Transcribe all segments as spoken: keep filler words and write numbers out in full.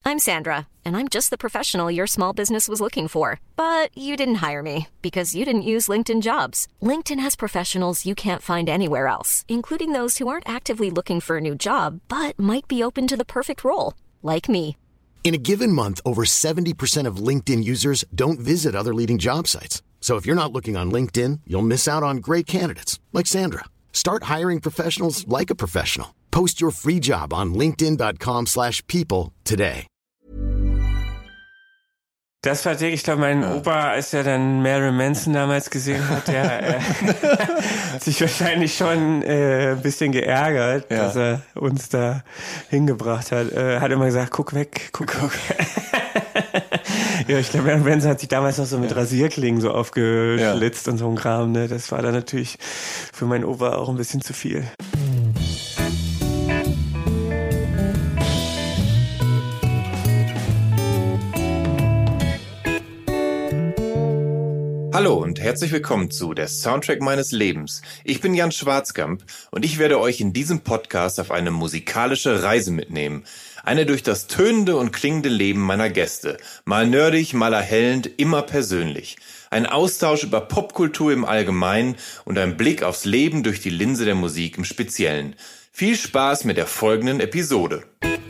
I'm Sandra, and I'm just the professional your small business was looking for. But you didn't hire me because you didn't use LinkedIn Jobs. LinkedIn has professionals you can't find anywhere else, including those who aren't actively looking for a new job, but might be open to the perfect role, like me. In a given month, over seventy percent of LinkedIn users don't visit other leading job sites. So if you're not looking on LinkedIn, you'll miss out on great candidates like Sandra. Start hiring professionals like a professional. Post your free job on linkedin.com slash people today. Das war der, ich glaube, mein ja. Opa, als er dann Marilyn Manson damals gesehen hat, der äh, hat sich wahrscheinlich schon äh, ein bisschen geärgert, ja. dass er uns da hingebracht hat. Äh, hat immer gesagt, guck weg, guck, guck. Ja, ich glaube, Marilyn Manson hat sich damals noch so mit ja. Rasierklingen so aufgeschlitzt ja. und so ein Kram. Ne? Das war dann natürlich für meinen Opa auch ein bisschen zu viel. Hallo und herzlich willkommen zu Der Soundtrack meines Lebens. Ich bin Jan Schwarzkamp und ich werde euch in diesem Podcast auf eine musikalische Reise mitnehmen. Eine durch das tönende und klingende Leben meiner Gäste. Mal nerdig, mal erhellend, immer persönlich. Ein Austausch über Popkultur im Allgemeinen und ein Blick aufs Leben durch die Linse der Musik im Speziellen. Viel Spaß mit der folgenden Episode.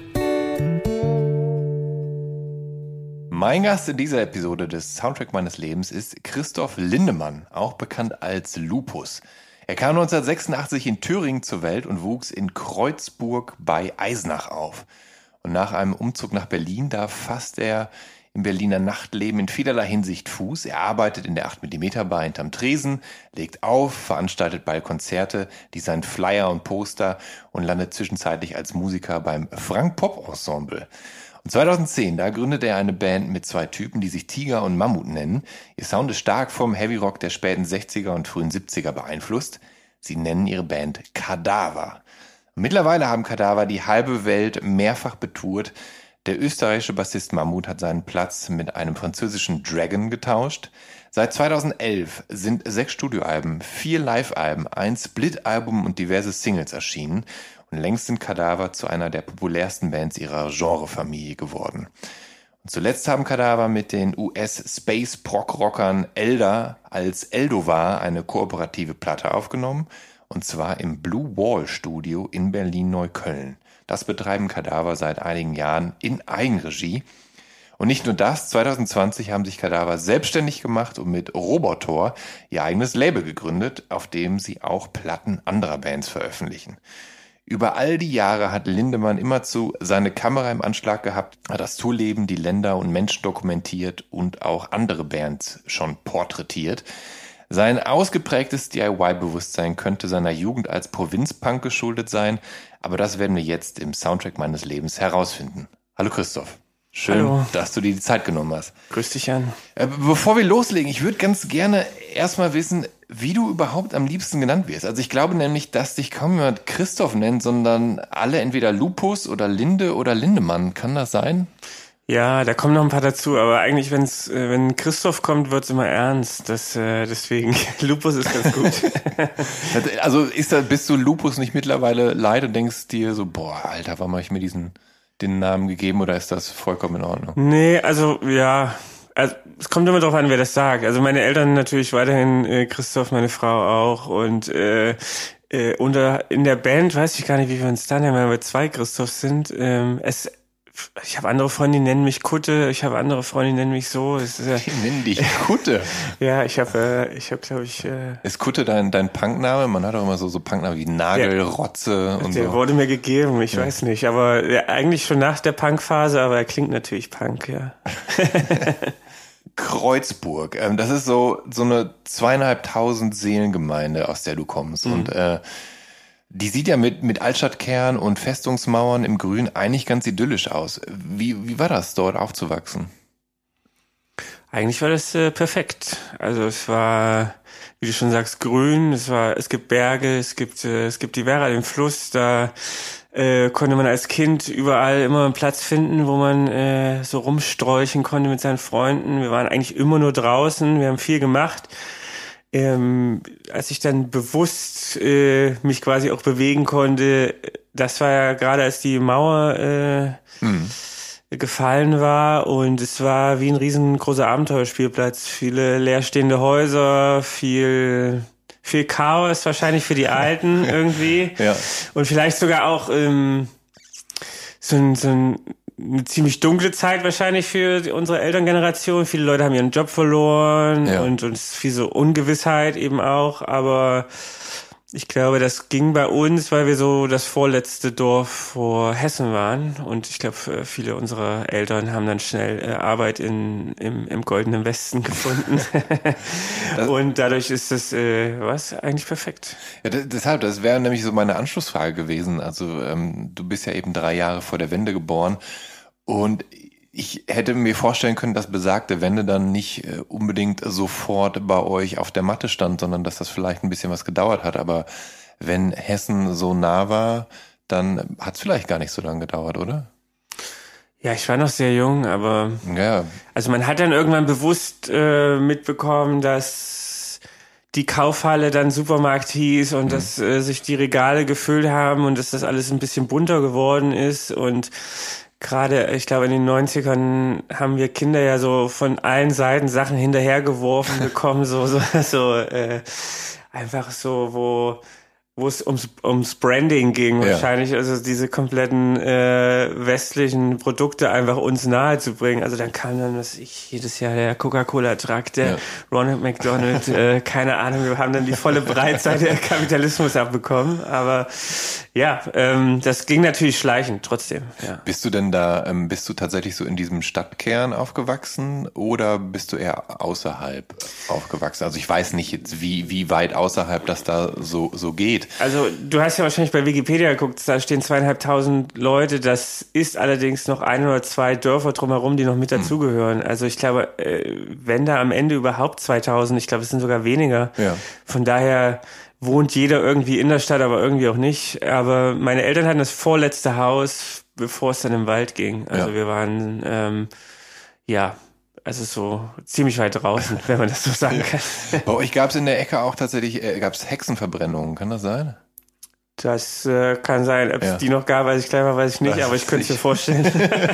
Mein Gast in dieser Episode des Soundtrack meines Lebens ist Christoph Lindemann, auch bekannt als Lupus. Er kam neunzehnhundertsechsundachtzig in Thüringen zur Welt und wuchs in Kreuzburg bei Eisenach auf. Und nach einem Umzug nach Berlin, da fasst er im Berliner Nachtleben in vielerlei Hinsicht Fuß. Er arbeitet in der acht Millimeter Bar hinterm Tresen, legt auf, veranstaltet bald Konzerte, designt Flyer und Poster und landet zwischenzeitlich als Musiker beim Frank Pop Ensemble. Und zweitausendzehn, da gründet er eine Band mit zwei Typen, die sich Tiger und Mammut nennen. Ihr Sound ist stark vom Heavyrock der späten sechziger und frühen siebziger beeinflusst. Sie nennen ihre Band Kadaver. Und mittlerweile haben Kadaver die halbe Welt mehrfach betourt. Der österreichische Bassist Mammut hat seinen Platz mit einem französischen Dragon getauscht. Seit zweitausendelf sind sechs Studioalben, vier Live-Alben, ein Split-Album und diverse Singles erschienen. Und längst sind Kadaver zu einer der populärsten Bands ihrer Genrefamilie geworden. Und zuletzt haben Kadaver mit den U S-Space-Prog-Rockern Elder als Eldovar eine kooperative Platte aufgenommen, und zwar im Blue Wall Studio in Berlin-Neukölln. Das betreiben Kadaver seit einigen Jahren in Eigenregie. Und nicht nur das, zweitausendzwanzig haben sich Kadaver selbstständig gemacht und mit Robotor ihr eigenes Label gegründet, auf dem sie auch Platten anderer Bands veröffentlichen. Über all die Jahre hat Lindemann immerzu seine Kamera im Anschlag gehabt, hat das Tourleben, die Länder und Menschen dokumentiert und auch andere Bands schon porträtiert. Sein ausgeprägtes D I Y-Bewusstsein könnte seiner Jugend als Provinzpunk geschuldet sein, aber das werden wir jetzt im Soundtrack meines Lebens herausfinden. Hallo Christoph. Schön, Hallo. Dass du dir die Zeit genommen hast. Grüß dich, Jan. Äh, bevor wir loslegen, ich würde ganz gerne erstmal wissen, wie du überhaupt am liebsten genannt wirst. Also ich glaube nämlich, dass dich kaum jemand Christoph nennt, sondern alle entweder Lupus oder Linde oder Lindemann. Kann das sein? Ja, da kommen noch ein paar dazu, aber eigentlich, wenn's, äh, wenn Christoph kommt, wird's immer ernst. Das, äh, deswegen, Lupus ist ganz gut. Also ist da, bist du Lupus nicht mittlerweile leid und denkst dir so, boah, Alter, warum habe ich mir diesen den Namen gegeben, oder ist das vollkommen in Ordnung? Nee, also ja, also es kommt immer drauf an, wer das sagt. Also meine Eltern natürlich weiterhin, äh, Christoph, meine Frau auch, und äh, äh, unter in der Band weiß ich gar nicht, wie wir uns dann nennen, weil wir zwei Christophs sind. Ähm, es Ich habe andere Freunde, die nennen mich Kutte. Ich habe andere Freunde, die nennen mich so. Es ist, äh, die nennen dich Kutte? Ja, ich habe, äh, ich habe, glaube ich... Äh, ist Kutte dein dein Punkname? Man hat auch immer so so Punknamen wie Nagel, ja, Rotze und der so. Der wurde mir gegeben, ich ja. weiß nicht. Aber ja, eigentlich schon nach der Punkphase, aber er klingt natürlich Punk, ja. Kreuzburg, ähm, das ist so so eine zweieinhalbtausend Seelengemeinde, aus der du kommst. Mhm. Und äh, die sieht ja mit mit Altstadtkern und Festungsmauern im Grün eigentlich ganz idyllisch aus. Wie wie war das, dort aufzuwachsen? Eigentlich war das äh, perfekt. Also es war, wie du schon sagst, grün. Es war, es gibt Berge, es gibt äh, es gibt die Werra, den Fluss. Da äh, konnte man als Kind überall immer einen Platz finden, wo man äh, so rumsträuchen konnte mit seinen Freunden. Wir waren eigentlich immer nur draußen. Wir haben viel gemacht. Ähm, als ich dann bewusst äh, mich quasi auch bewegen konnte, das war ja gerade als die Mauer äh, mhm. gefallen war, und es war wie ein riesengroßer Abenteuerspielplatz. Viele leerstehende Häuser, viel viel Chaos wahrscheinlich für die Alten irgendwie. Ja. Und vielleicht sogar auch ähm, so, ein, so ein, eine ziemlich dunkle Zeit wahrscheinlich für unsere Elterngeneration. Viele Leute haben ihren Job verloren, ja. und, und es ist viel so Ungewissheit eben auch, aber ich glaube, das ging bei uns, weil wir so das vorletzte Dorf vor Hessen waren, und ich glaube, viele unserer Eltern haben dann schnell äh, Arbeit in, im, im Goldenen Westen gefunden. Und dadurch ist das, äh, was, eigentlich perfekt. Ja, d- deshalb, das wäre nämlich so meine Anschlussfrage gewesen. Also ähm, du bist ja eben drei Jahre vor der Wende geboren, und ich hätte mir vorstellen können, dass besagte Wende dann nicht äh, unbedingt sofort bei euch auf der Matte stand, sondern dass das vielleicht ein bisschen was gedauert hat. Aber wenn Hessen so nah war, dann hat es vielleicht gar nicht so lange gedauert, oder? Ja, ich war noch sehr jung, aber Ja. Also man hat dann irgendwann bewusst äh, mitbekommen, dass die Kaufhalle dann Supermarkt hieß und mhm. dass äh, sich die Regale gefüllt haben und dass das alles ein bisschen bunter geworden ist. Und gerade, ich glaube, in den neunzigern haben wir Kinder ja so von allen Seiten Sachen hinterhergeworfen bekommen, so, so, so, äh, einfach so, wo, wo es ums, ums Branding ging, ja. wahrscheinlich, also diese kompletten äh, westlichen Produkte einfach uns nahe zu bringen. Also dann kam dann, was ich, jedes Jahr der Coca-Cola-Truck, der ja. Ronald McDonald, äh, keine Ahnung, wir haben dann die volle Breitseite der Kapitalismus abbekommen. Aber ja, ähm, das ging natürlich schleichend trotzdem. Ja. Bist du denn da, ähm, bist du tatsächlich so in diesem Stadtkern aufgewachsen oder bist du eher außerhalb aufgewachsen? Also ich weiß nicht jetzt, wie, wie weit außerhalb das da so, so geht. Also du hast ja wahrscheinlich bei Wikipedia geguckt, da stehen zweieinhalbtausend Leute, das ist allerdings noch ein oder zwei Dörfer drumherum, die noch mit dazugehören. Also ich glaube, äh, wenn da am Ende überhaupt zweitausend, ich glaube, es sind sogar weniger. Ja. Von daher wohnt jeder irgendwie in der Stadt, aber irgendwie auch nicht. Aber meine Eltern hatten das vorletzte Haus, bevor es dann im Wald ging. Also ja. wir waren, ähm, ja... Also so ziemlich weit draußen, wenn man das so sagen kann. Bei euch gab es in der Ecke auch tatsächlich, äh, gab es Hexenverbrennungen, kann das sein? Das äh, kann sein. Ob es ja. die noch gab, weiß ich gleich mal, weiß ich nicht, das aber ich könnte es mir vorstellen.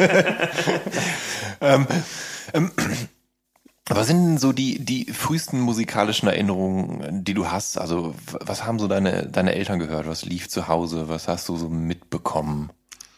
ähm, ähm, was sind denn so die, die frühesten musikalischen Erinnerungen, die du hast? Also was haben so deine, deine Eltern gehört? Was lief zu Hause? Was hast du so mitbekommen?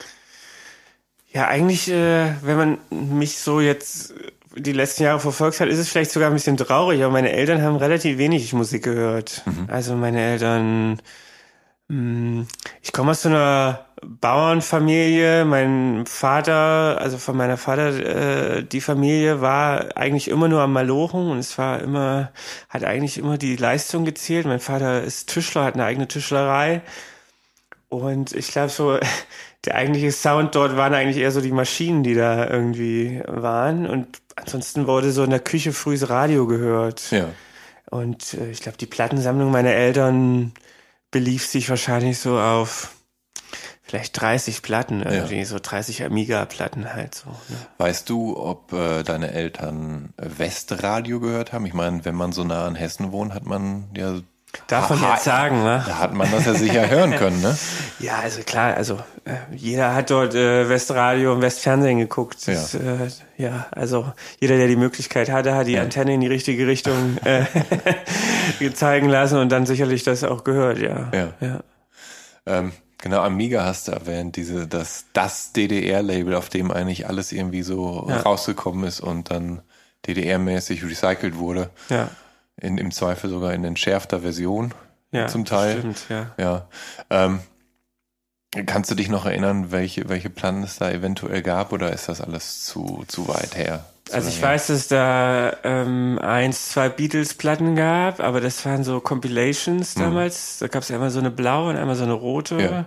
Ja, eigentlich, äh, wenn man mich so jetzt die letzten Jahre verfolgt hat, ist es vielleicht sogar ein bisschen traurig, aber meine Eltern haben relativ wenig Musik gehört. Mhm. Also meine Eltern, mh, ich komme aus so einer Bauernfamilie, mein Vater, also von meiner Vater, äh, die Familie war eigentlich immer nur am Malochen und es war immer, hat eigentlich immer die Leistung gezählt. Mein Vater ist Tischler, hat eine eigene Tischlerei und ich glaube so, der eigentliche Sound dort waren eigentlich eher so die Maschinen, die da irgendwie waren. Und ansonsten wurde so in der Küche frühes Radio gehört. Ja. Und äh, ich glaube, die Plattensammlung meiner Eltern belief sich wahrscheinlich so auf vielleicht dreißig Platten irgendwie, ja. so dreißig Amiga-Platten halt so. Ne? Weißt du, ob äh, deine Eltern Westradio gehört haben? Ich meine, wenn man so nah an Hessen wohnt, hat man ja... Darf man jetzt sagen, ne? Da hat man das ja sicher hören können, ne? Ja, also klar, also äh, jeder hat dort äh, Westradio und Westfernsehen geguckt. Das, ja. Äh, ja, also jeder, der die Möglichkeit hatte, hat die ja. Antenne in die richtige Richtung äh, zeigen lassen und dann sicherlich das auch gehört, ja. Ja. ja. Ähm, genau, Amiga hast du erwähnt, diese, das, das D D R-Label, auf dem eigentlich alles irgendwie so ja. rausgekommen ist und dann D D R-mäßig recycelt wurde. Ja. In, im Zweifel sogar in entschärfter Version ja, zum Teil. Stimmt, ja. ja. Ähm, kannst du dich noch erinnern, welche, welche Platten es da eventuell gab oder ist das alles zu, zu weit her? Zu also ich her? weiß, dass es da ähm, eins, zwei Beatles-Platten gab, aber das waren so Compilations damals. Mhm. Da gab es einmal so eine blaue und einmal so eine rote. Ja.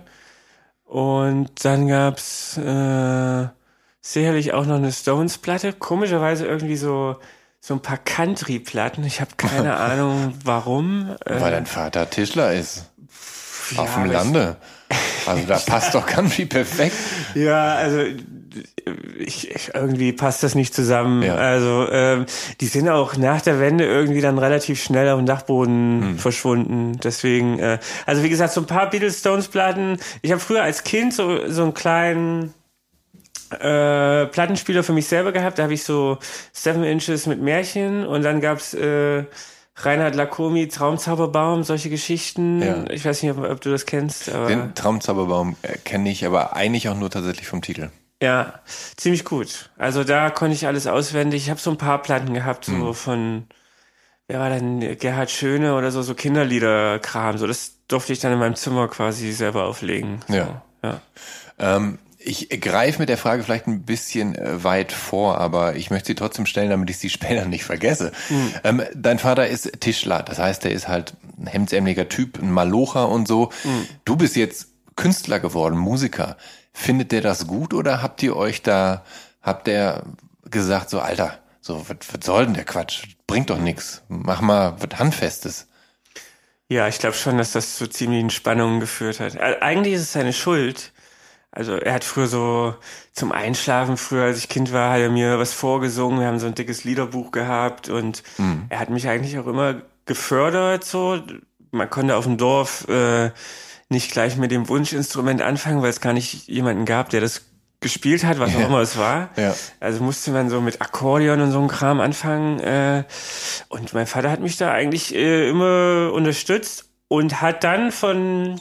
Und dann gab's äh, sicherlich auch noch eine Stones-Platte. Komischerweise irgendwie so so ein paar Country-Platten. Ich habe keine Ahnung, warum. Weil dein Vater Tischler ist. Ja, auf dem Lande. Also da passt doch Country perfekt. Ja, also ich, ich, irgendwie passt das nicht zusammen. Ja. Also ähm, die sind auch nach der Wende irgendwie dann relativ schnell auf dem Dachboden hm. verschwunden. Deswegen, äh, also wie gesagt, so ein paar Beatles-Stones-Platten. Ich habe früher als Kind so so einen kleinen äh, Plattenspieler für mich selber gehabt. Da habe ich so Seven Inches mit Märchen und dann gab's äh, Reinhard Lacomi, Traumzauberbaum, solche Geschichten. Ja. Ich weiß nicht, ob, ob du das kennst. Aber Den Traumzauberbaum äh, kenne ich, aber eigentlich auch nur tatsächlich vom Titel. ja, ziemlich gut. Also da konnte ich alles auswendig. Ich habe so ein paar Platten gehabt, so Mhm. von, wer war denn, Gerhard Schöne oder so, so Kinderliederkram. So, das durfte ich dann in meinem Zimmer quasi selber auflegen. So, Ja. ja. Ähm, ich greife mit der Frage vielleicht ein bisschen äh, weit vor, aber ich möchte sie trotzdem stellen, damit ich sie später nicht vergesse. Mhm. Ähm, dein Vater ist Tischler, das heißt, er ist halt ein hemdsärmeliger Typ, ein Malocher und so. Mhm. Du bist jetzt Künstler geworden, Musiker. Findet der das gut oder habt ihr euch da, habt ihr gesagt, so Alter, so was, was soll denn der Quatsch? Bringt doch nix. Mach mal was Handfestes. Ja, ich glaube schon, dass das zu ziemlichen Spannungen geführt hat. Äh, Eigentlich ist es seine Schuld. Also er hat früher so zum Einschlafen, früher als ich Kind war, hat er mir was vorgesungen. Wir haben so ein dickes Liederbuch gehabt und Mhm. er hat mich eigentlich auch immer gefördert. So, man konnte auf dem Dorf äh, nicht gleich mit dem Wunschinstrument anfangen, weil es gar nicht jemanden gab, der das gespielt hat, was auch Ja. immer es war. Ja. Also musste man so mit Akkordeon und so einem Kram anfangen. Äh, und mein Vater hat mich da eigentlich äh, immer unterstützt und hat dann von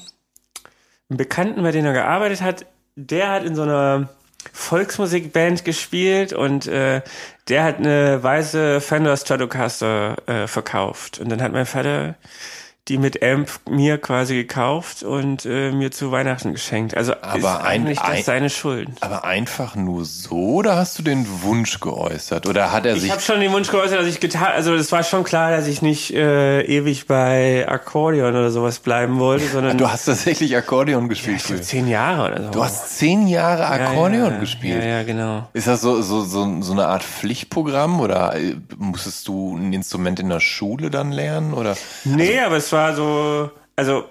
einem Bekannten, bei dem er gearbeitet hat, der hat in so einer Volksmusikband gespielt und äh, der hat eine weiße Fender Stratocaster äh, verkauft. Und dann hat mein Vater die mit Amp mir quasi gekauft und äh, mir zu Weihnachten geschenkt. Also Aber ist ein- eigentlich ein- das seine Schuld. Aber einfach nur so oder hast du den Wunsch geäußert? Oder hat er Ich sich... habe schon den Wunsch geäußert, dass ich Gitarre, also es war schon klar, dass ich nicht äh, ewig bei Akkordeon oder sowas bleiben wollte, sondern Du hast tatsächlich Akkordeon gespielt ich glaub, früher. zehn Jahre oder so. Du hast zehn Jahre Akkordeon ja, ja, gespielt. Ja, ja, genau. Ist das so, so, so, so eine Art Pflichtprogramm oder äh, musstest du ein Instrument in der Schule dann lernen? Oder? Nee, aber es war so, also,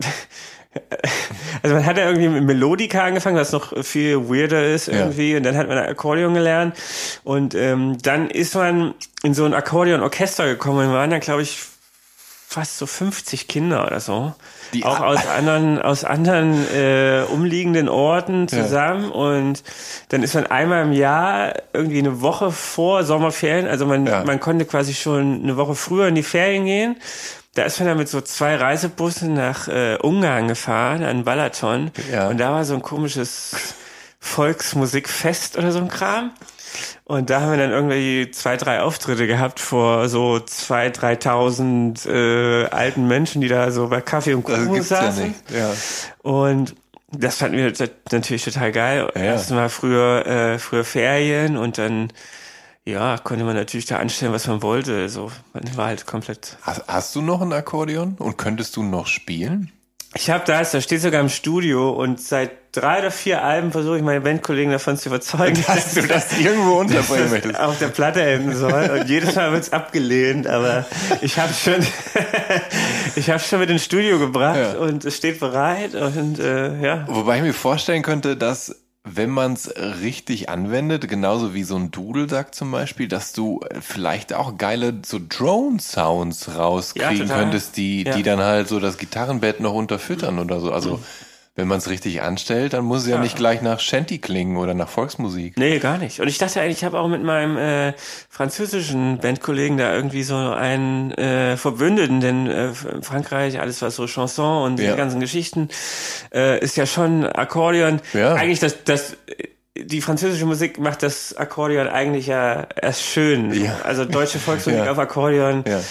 also man hat ja irgendwie mit Melodika angefangen, was noch viel weirder ist irgendwie, und dann hat man Akkordeon gelernt und ähm, dann ist man in so ein Akkordeonorchester gekommen und waren dann, glaube ich, fast so fünfzig Kinder oder so. Die auch a- aus anderen, aus anderen äh, umliegenden Orten zusammen und dann ist man einmal im Jahr irgendwie eine Woche vor Sommerferien, also man, Ja. man konnte quasi schon eine Woche früher in die Ferien gehen. Da ist man dann mit so zwei Reisebussen nach äh, Ungarn gefahren, an Balaton. Ja. Und da war so ein komisches Volksmusikfest oder so ein Kram. Und da haben wir dann irgendwie zwei, drei Auftritte gehabt vor so zwei, dreitausend äh, alten Menschen, die da so bei Kaffee und Das Kuchen gibt's ja saßen. nicht. Ja. Und das fanden wir t- natürlich total geil. Ja. Erstmal früher, äh, früher Ferien und dann, ja, konnte man natürlich da anstellen, was man wollte. So, man war halt komplett. Hast, hast du noch ein Akkordeon und könntest du noch spielen? Ich habe das, da steht sogar im Studio und seit drei oder vier Alben versuche ich meine Bandkollegen davon zu überzeugen, Dass du das irgendwo unterbringen dass möchtest. es auf der Platte enden soll. Und jedes Mal wird's abgelehnt, aber ich habe schon, ich habe schon mit ins Studio gebracht Ja. und es steht bereit und äh, ja. Wobei ich mir vorstellen könnte, dass wenn man es richtig anwendet, genauso wie so ein Dudelsack zum Beispiel, dass du vielleicht auch geile so Drone-Sounds Ja, rauskriegen total. könntest, die, Ja. die dann halt so das Gitarrenbett noch unterfüttern oder so. Also wenn man es richtig anstellt, dann muss es ja, Ja. nicht gleich nach Shanty klingen oder nach Volksmusik. Nee, gar nicht. Und ich dachte eigentlich, ich habe auch mit meinem äh, französischen Bandkollegen da irgendwie so einen äh, Verbündeten, denn äh, in Frankreich, alles was so Chanson und Ja. die ganzen Geschichten, äh, ist ja schon Akkordeon. Ja. Eigentlich das, das, die französische Musik macht das Akkordeon eigentlich ja erst schön. Ja. Also deutsche Volksmusik Ja. auf Akkordeon. Ja.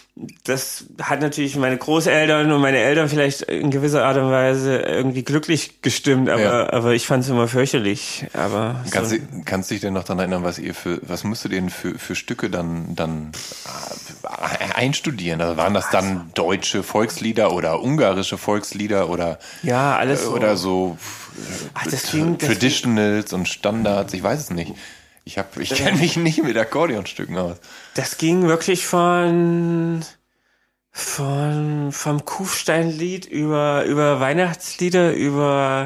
Das hat natürlich meine Großeltern und meine Eltern vielleicht in gewisser Art und Weise irgendwie glücklich gestimmt, aber, Ja. aber ich fand es immer fürchterlich. Aber Kannst, so, du, kannst du dich denn noch daran erinnern, was ihr für, was musst du denn für, für Stücke dann, dann äh, einstudieren? Also waren das dann deutsche Volkslieder oder ungarische Volkslieder oder, ja, alles äh, so. oder so Ach, das ging- das Traditionals und Standards? Ich weiß es nicht. Ich hab, ich kenne mich nicht mit Akkordeonstücken aus. Das ging wirklich von von vom Kufsteinlied über über Weihnachtslieder über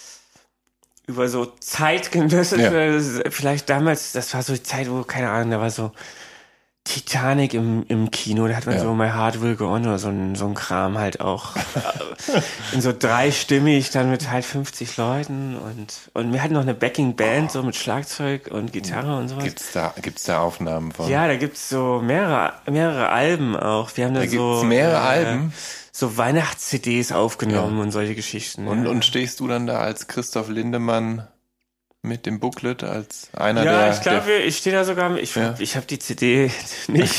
über so zeitgenössische, vielleicht damals, das war so die Zeit, wo keine Ahnung, da war so Titanic im, im Kino, da hat man ja. so My Heart Will Go On oder so ein, so ein Kram halt auch. In so dreistimmig, dann mit halt fünfzig Leuten und, und wir hatten noch eine Backing Band, oh. so mit Schlagzeug und Gitarre und sowas. Gibt's da, gibt's da Aufnahmen von? Ja, da gibt's so mehrere, mehrere Alben auch. Wir haben da, da so. Gibt's mehrere äh, Alben? So Weihnachts-C Ds aufgenommen ja. und solche Geschichten. Und, ja. und stehst du dann da als Christoph Lindemann mit dem Booklet als einer ja, der... Ja, ich glaube, der, ich stehe da sogar, ich, ja. ich habe die C D nicht.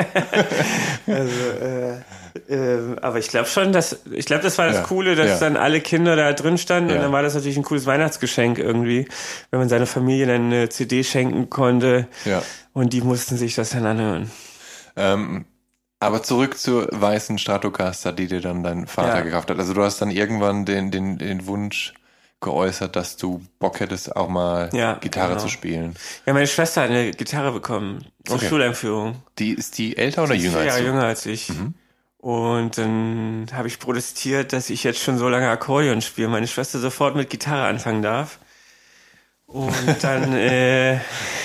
also, äh, äh, aber ich glaube schon, dass, ich glaube, das war das ja. Coole, dass ja. dann alle Kinder da drin standen ja. und dann war das natürlich ein cooles Weihnachtsgeschenk irgendwie, wenn man seiner Familie dann eine C D schenken konnte ja. und die mussten sich das dann anhören. Ähm, aber zurück zur weißen Stratocaster, die dir dann dein Vater ja. gekauft hat. Also du hast dann irgendwann den, den, den Wunsch geäußert, dass du Bock hättest, auch mal ja, Gitarre genau. zu spielen. Ja, meine Schwester hat eine Gitarre bekommen zur okay. Schuleinführung. Die ist die älter oder die jünger als du? Ja, jünger als ich. Mhm. Und dann habe ich protestiert, dass ich jetzt schon so lange Akkordeon spiele, meine Schwester sofort mit Gitarre anfangen darf. Und dann äh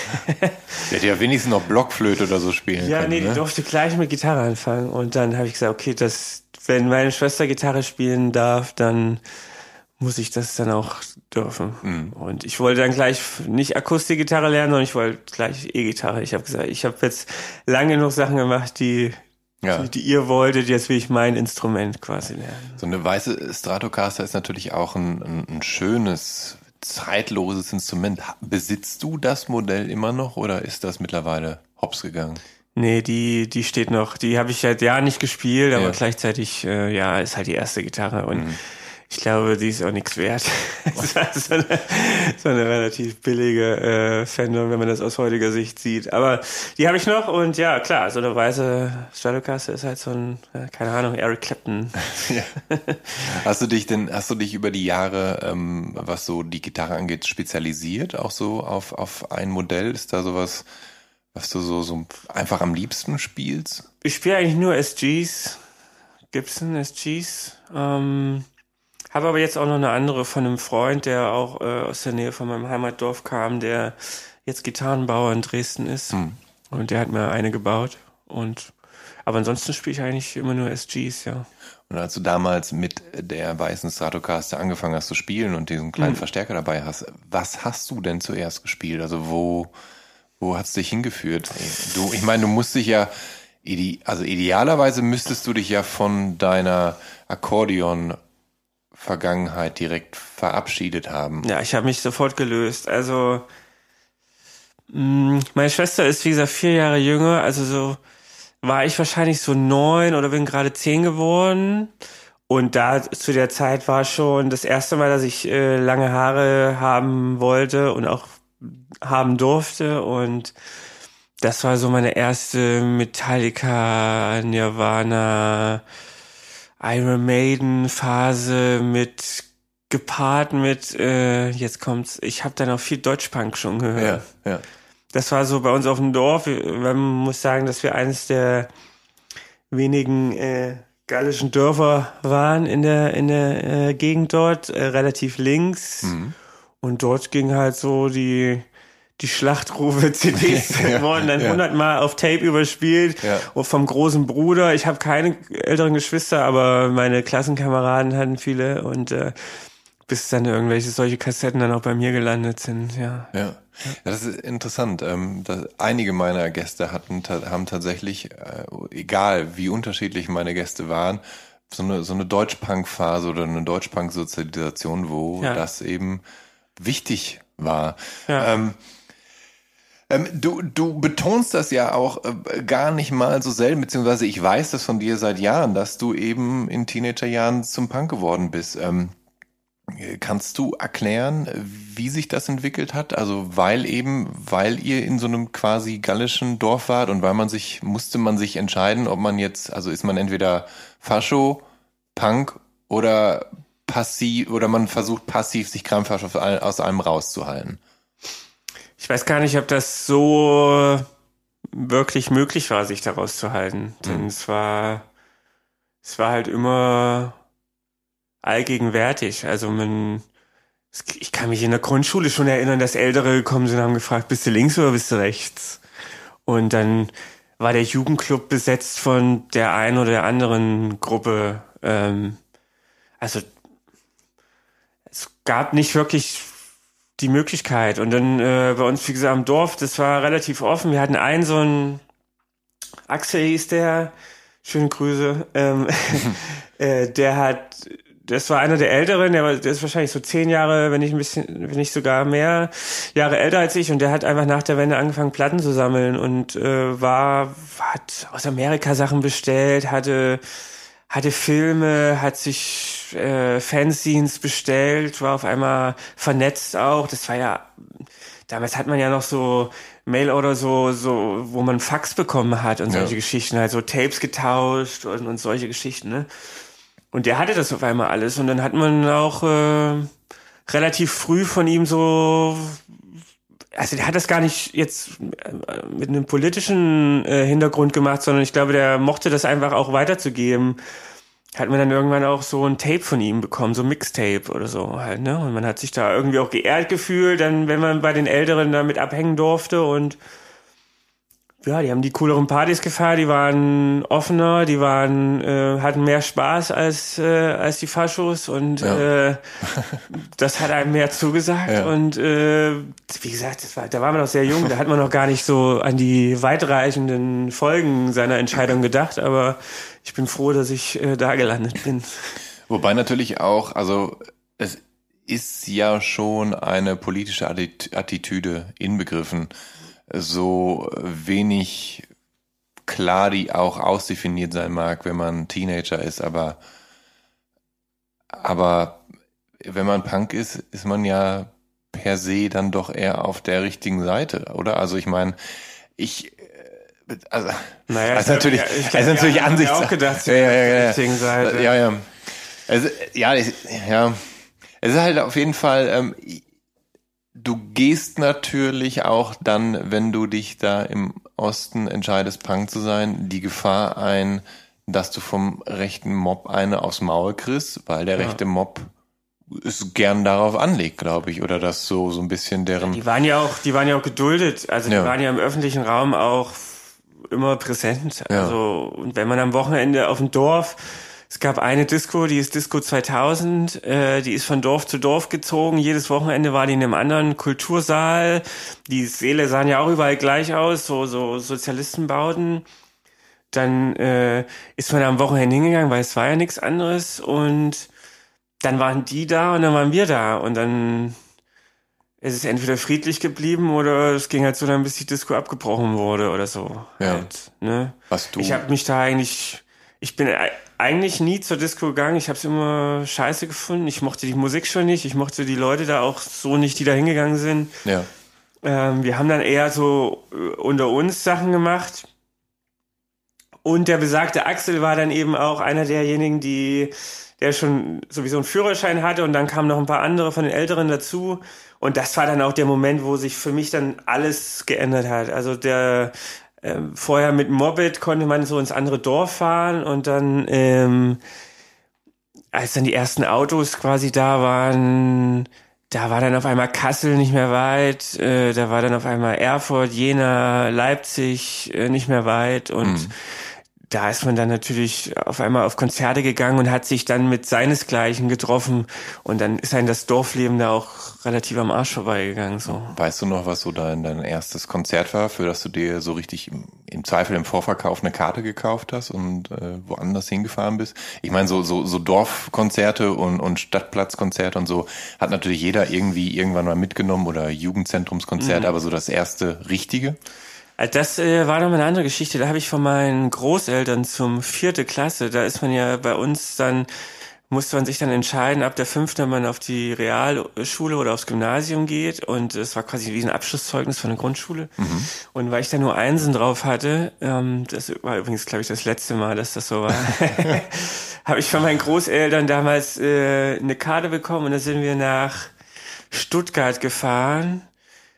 der hätte ja wenigstens noch Blockflöte oder so spielen ja, können. Ja, nee, ne? die durfte gleich mit Gitarre anfangen. Und dann habe ich gesagt, okay, das, wenn meine Schwester Gitarre spielen darf, dann muss ich das dann auch dürfen. Mhm. Und ich wollte dann gleich nicht Akustikgitarre lernen, sondern ich wollte gleich E-Gitarre. Ich habe gesagt, ich habe jetzt lange genug Sachen gemacht, die, ja. die, die ihr wolltet, jetzt will ich mein Instrument quasi lernen. So eine weiße Stratocaster ist natürlich auch ein, ein, ein schönes, zeitloses Instrument. Besitzt du das Modell immer noch oder ist das mittlerweile hops gegangen? Nee, die, die steht noch. Die habe ich seit Jahren nicht gespielt, aber ja. gleichzeitig, äh, ja, ist halt die erste Gitarre und mhm. ich glaube, die ist auch nichts wert. Das war so eine, so eine relativ billige äh, Fender, wenn man das aus heutiger Sicht sieht. Aber die habe ich noch und ja, klar, so eine weiße Stratocaster ist halt so ein, äh, keine Ahnung, Eric Clapton. Ja. Hast du dich denn, hast du dich über die Jahre, ähm, was so die Gitarre angeht, spezialisiert? Auch so auf, auf ein Modell? Ist da sowas, was du so, so einfach am liebsten spielst? Ich spiele eigentlich nur S Gs, Gibson S Gs, ähm, habe aber jetzt auch noch eine andere von einem Freund, der auch äh, aus der Nähe von meinem Heimatdorf kam, der jetzt Gitarrenbauer in Dresden ist. Hm. Und der hat mir eine gebaut. Und aber ansonsten spiele ich eigentlich immer nur S Gs, ja. Und als du damals mit der weißen Stratocaster angefangen hast zu spielen und diesen kleinen hm. Verstärker dabei hast, was hast du denn zuerst gespielt? Also wo, wo hat's dich hingeführt? Du, ich meine, du musst dich ja, also idealerweise müsstest du dich ja von deiner Akkordeon Vergangenheit direkt verabschiedet haben. Ja, ich habe mich sofort gelöst. Also mh, meine Schwester ist, wie gesagt, vier Jahre jünger. Also so war ich wahrscheinlich so neun oder bin gerade zehn geworden. Und da zu der Zeit war schon das erste Mal, dass ich äh, lange Haare haben wollte und auch haben durfte. Und das war so meine erste Metallica, Nirvana, Iron Maiden Phase mit gepaart mit äh, jetzt kommt's, ich habe dann auch viel Deutschpunk schon gehört. Ja, ja. Das war so bei uns auf dem Dorf. Man muss sagen, dass wir eines der wenigen äh, gallischen Dörfer waren in der in der äh, Gegend dort, äh, relativ links. Mhm. Und dort ging halt so die die Schlachtrufe C Ds ja, wurden dann ja. hundertmal auf Tape überspielt ja. und vom großen Bruder. Ich habe keine älteren Geschwister, aber meine Klassenkameraden hatten viele und äh, bis dann irgendwelche solche Kassetten dann auch bei mir gelandet sind. Ja, ja. ja das ist interessant. Ähm, dass einige meiner Gäste hatten haben tatsächlich, äh, egal wie unterschiedlich meine Gäste waren, so eine so eine Deutschpunk-Phase oder eine Deutschpunk-Sozialisation, wo ja. das eben wichtig war. Ja. Ähm, Ähm, du, du betonst das ja auch äh, gar nicht mal so selten, beziehungsweise ich weiß das von dir seit Jahren, dass du eben in Teenagerjahren zum Punk geworden bist. Ähm, kannst du erklären, wie sich das entwickelt hat? Also weil eben, weil ihr in so einem quasi gallischen Dorf wart und weil man sich, musste man sich entscheiden, ob man jetzt, also ist man entweder Fascho, Punk oder passiv, oder man versucht passiv sich krampfhaft aus allem rauszuhalten? Ich weiß gar nicht, ob das so wirklich möglich war, sich da rauszuhalten. Mhm. Denn es war, es war halt immer allgegenwärtig. Also man, ich kann mich in der Grundschule schon erinnern, dass Ältere gekommen sind und haben gefragt, bist du links oder bist du rechts? Und dann, war der Jugendclub besetzt von der einen oder der anderen Gruppe. Ähm, also es gab nicht wirklich die Möglichkeit. Und dann äh, bei uns, wie gesagt, am Dorf, das war relativ offen. Wir hatten einen so einen, Axel hieß der, schöne Grüße, ähm, äh, der hat, das war einer der Älteren, der, war, der ist wahrscheinlich so zehn Jahre, wenn nicht ein bisschen, wenn nicht sogar mehr Jahre älter als ich, und der hat einfach nach der Wende angefangen, Platten zu sammeln und äh, war, hat aus Amerika Sachen bestellt, hatte hatte Filme, hat sich äh, Fanzines bestellt, war auf einmal vernetzt auch. Das war ja, damals hat man ja noch so Mail oder so, so, wo man Fax bekommen hat und solche ja. Geschichten, halt so Tapes getauscht und, und solche Geschichten, ne? Und der hatte das auf einmal alles, und dann hat man auch äh, relativ früh von ihm so, also der hat das gar nicht jetzt mit einem politischen äh, Hintergrund gemacht, sondern ich glaube, der mochte das einfach auch weiterzugeben. Hat man dann irgendwann auch so ein Tape von ihm bekommen, so ein Mixtape oder so halt, ne? Und man hat sich da irgendwie auch geehrt gefühlt, dann, wenn man bei den Älteren damit abhängen durfte, und ja, die haben die cooleren Partys gefeiert, die waren offener, die waren, äh, hatten mehr Spaß als äh, als die Faschos, und ja. äh, das hat einem mehr zugesagt. Ja. Und äh, wie gesagt, das war, da war man noch sehr jung, da hat man noch gar nicht so an die weitreichenden Folgen seiner Entscheidung gedacht, aber ich bin froh, dass ich äh, da gelandet bin. Wobei natürlich auch, also es ist ja schon eine politische Attitüde inbegriffen, so wenig klar die auch ausdefiniert sein mag, wenn man Teenager ist, aber aber wenn man Punk ist, ist man ja per se dann doch eher auf der richtigen Seite, oder? Also ich meine, ich also naja, also natürlich, ich glaub, also natürlich ja, Ansichtssache. auch gedacht, ja, ja, ja, ja, ja. richtigen Seite. Ja, ja. Also ja, ich, ja. Es ist halt auf jeden Fall, ähm, du gehst natürlich auch dann, wenn du dich da im Osten entscheidest, Punk zu sein, die Gefahr ein, dass du vom rechten Mob eine aufs Maul kriegst, weil der ja. rechte Mob es gern darauf anlegt, glaube ich, oder das so so ein bisschen deren. Die waren ja auch, die waren ja auch geduldet, also die ja. waren ja im öffentlichen Raum auch immer präsent. Also ja. und wenn man am Wochenende auf dem Dorf, es gab eine Disco, die ist Disco zweitausend, äh, die ist von Dorf zu Dorf gezogen. Jedes Wochenende war die in einem anderen Kultursaal. Die Säle sahen ja auch überall gleich aus, so so Sozialistenbauten. Dann äh, ist man am Wochenende hingegangen, weil es war ja nichts anderes. Und dann waren die da und dann waren wir da. Und dann ist es entweder friedlich geblieben oder es ging halt so dann, bis die Disco abgebrochen wurde oder so. Ja. Halt, ne? Was du? Ich habe mich da eigentlich... Ich bin eigentlich nie zur Disco gegangen. Ich habe es immer scheiße gefunden. Ich mochte die Musik schon nicht. Ich mochte die Leute da auch so nicht, die da hingegangen sind. Ja. Ähm, wir haben dann eher so äh, unter uns Sachen gemacht. Und der besagte Axel war dann eben auch einer derjenigen, die, der schon sowieso einen Führerschein hatte. Und dann kamen noch ein paar andere von den Älteren dazu. Und das war dann auch der Moment, wo sich für mich dann alles geändert hat. Also der... Ähm, vorher mit Moped konnte man so ins andere Dorf fahren, und dann, ähm, als dann die ersten Autos quasi da waren, da war dann auf einmal Kassel nicht mehr weit, äh, da war dann auf einmal Erfurt, Jena, Leipzig äh, nicht mehr weit, und mhm. da ist man dann natürlich auf einmal auf Konzerte gegangen und hat sich dann mit seinesgleichen getroffen, und dann ist einem das Dorfleben da auch relativ am Arsch vorbeigegangen. So. Weißt du noch, was so dein, dein erstes Konzert war, für das du dir so richtig im, im Zweifel im Vorverkauf eine Karte gekauft hast und äh, woanders hingefahren bist? Ich meine, so, so, so Dorfkonzerte und, und Stadtplatzkonzerte und so hat natürlich jeder irgendwie irgendwann mal mitgenommen, oder Jugendzentrumskonzert, mhm. aber so das erste richtige? Das äh, war nochmal eine andere Geschichte. Da habe ich von meinen Großeltern zum vierte Klasse, da ist man ja bei uns dann, musste man sich dann entscheiden, ab der fünften, ob man auf die Realschule oder aufs Gymnasium geht, und es war quasi wie ein Abschlusszeugnis von der Grundschule. Mhm. Und weil ich da nur Einsen drauf hatte, ähm, das war übrigens, glaube ich, das letzte Mal, dass das so war, habe ich von meinen Großeltern damals äh, eine Karte bekommen, und da sind wir nach Stuttgart gefahren.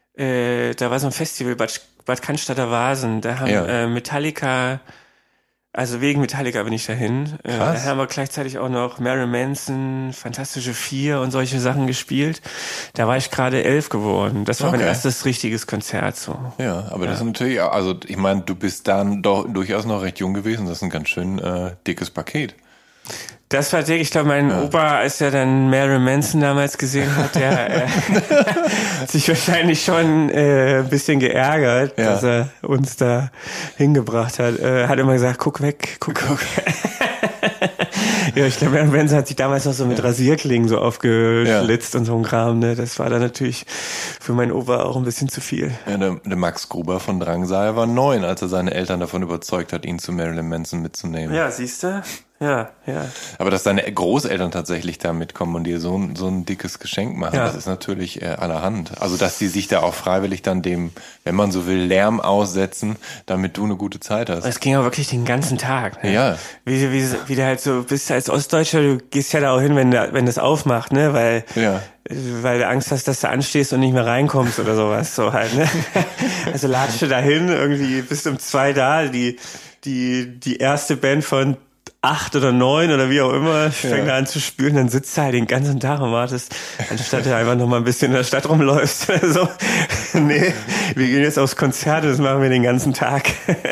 Äh, da war so ein Festival, Bad Bad Cannstatter Vasen, da haben ja. äh, Metallica Also wegen Metallica bin ich dahin. Äh, Krass. da haben wir gleichzeitig auch noch Marilyn Manson, Fantastische Vier und solche Sachen gespielt. Da war ich gerade elf geworden. Das war Okay. mein erstes richtiges Konzert so. Ja, aber das ist natürlich, auch- also ich meine, du bist dann doch durchaus noch recht jung gewesen. Das ist ein ganz schön äh, dickes Paket. Das war dick. Ich glaube, mein Ja. Opa, als er dann Marilyn Manson damals gesehen hat, der äh, hat sich wahrscheinlich schon äh, ein bisschen geärgert, Ja. dass er uns da hingebracht hat. Äh, hat immer gesagt, guck weg, guck, guck. Ja, ich glaube, Marilyn Manson hat sich damals noch so mit Rasierklingen so aufgeschlitzt und so ein Kram. Ne? Das war dann natürlich für meinen Opa auch ein bisschen zu viel. Ja, der, der Max Gruber von Drangsal war neun, als er seine Eltern davon überzeugt hat, ihn zu Marilyn Manson mitzunehmen. Ja, siehst du? Ja, ja. Aber dass deine Großeltern tatsächlich da mitkommen und dir so ein, so ein dickes Geschenk machen, Ja. das ist natürlich äh, allerhand. Also, dass die sich da auch freiwillig dann dem, wenn man so will, Lärm aussetzen, damit du eine gute Zeit hast. Es ging ja wirklich den ganzen Tag. Ne? Ja. Wie, wie, wie du halt so bist als Ostdeutscher, du gehst ja da auch hin, wenn, da, wenn das aufmacht, ne, weil, Ja. weil du Angst hast, dass du anstehst und nicht mehr reinkommst oder sowas, so halt, ne. Also latsche da hin, irgendwie bist um zwei da, die, die, die erste Band von acht oder neun oder wie auch immer, fängt Ja. an zu spülen, dann sitzt du halt den ganzen Tag und wartest, anstatt du einfach noch mal ein bisschen in der Stadt rumläufst oder so. Nee, wir gehen jetzt aufs Konzert und das machen wir den ganzen Tag.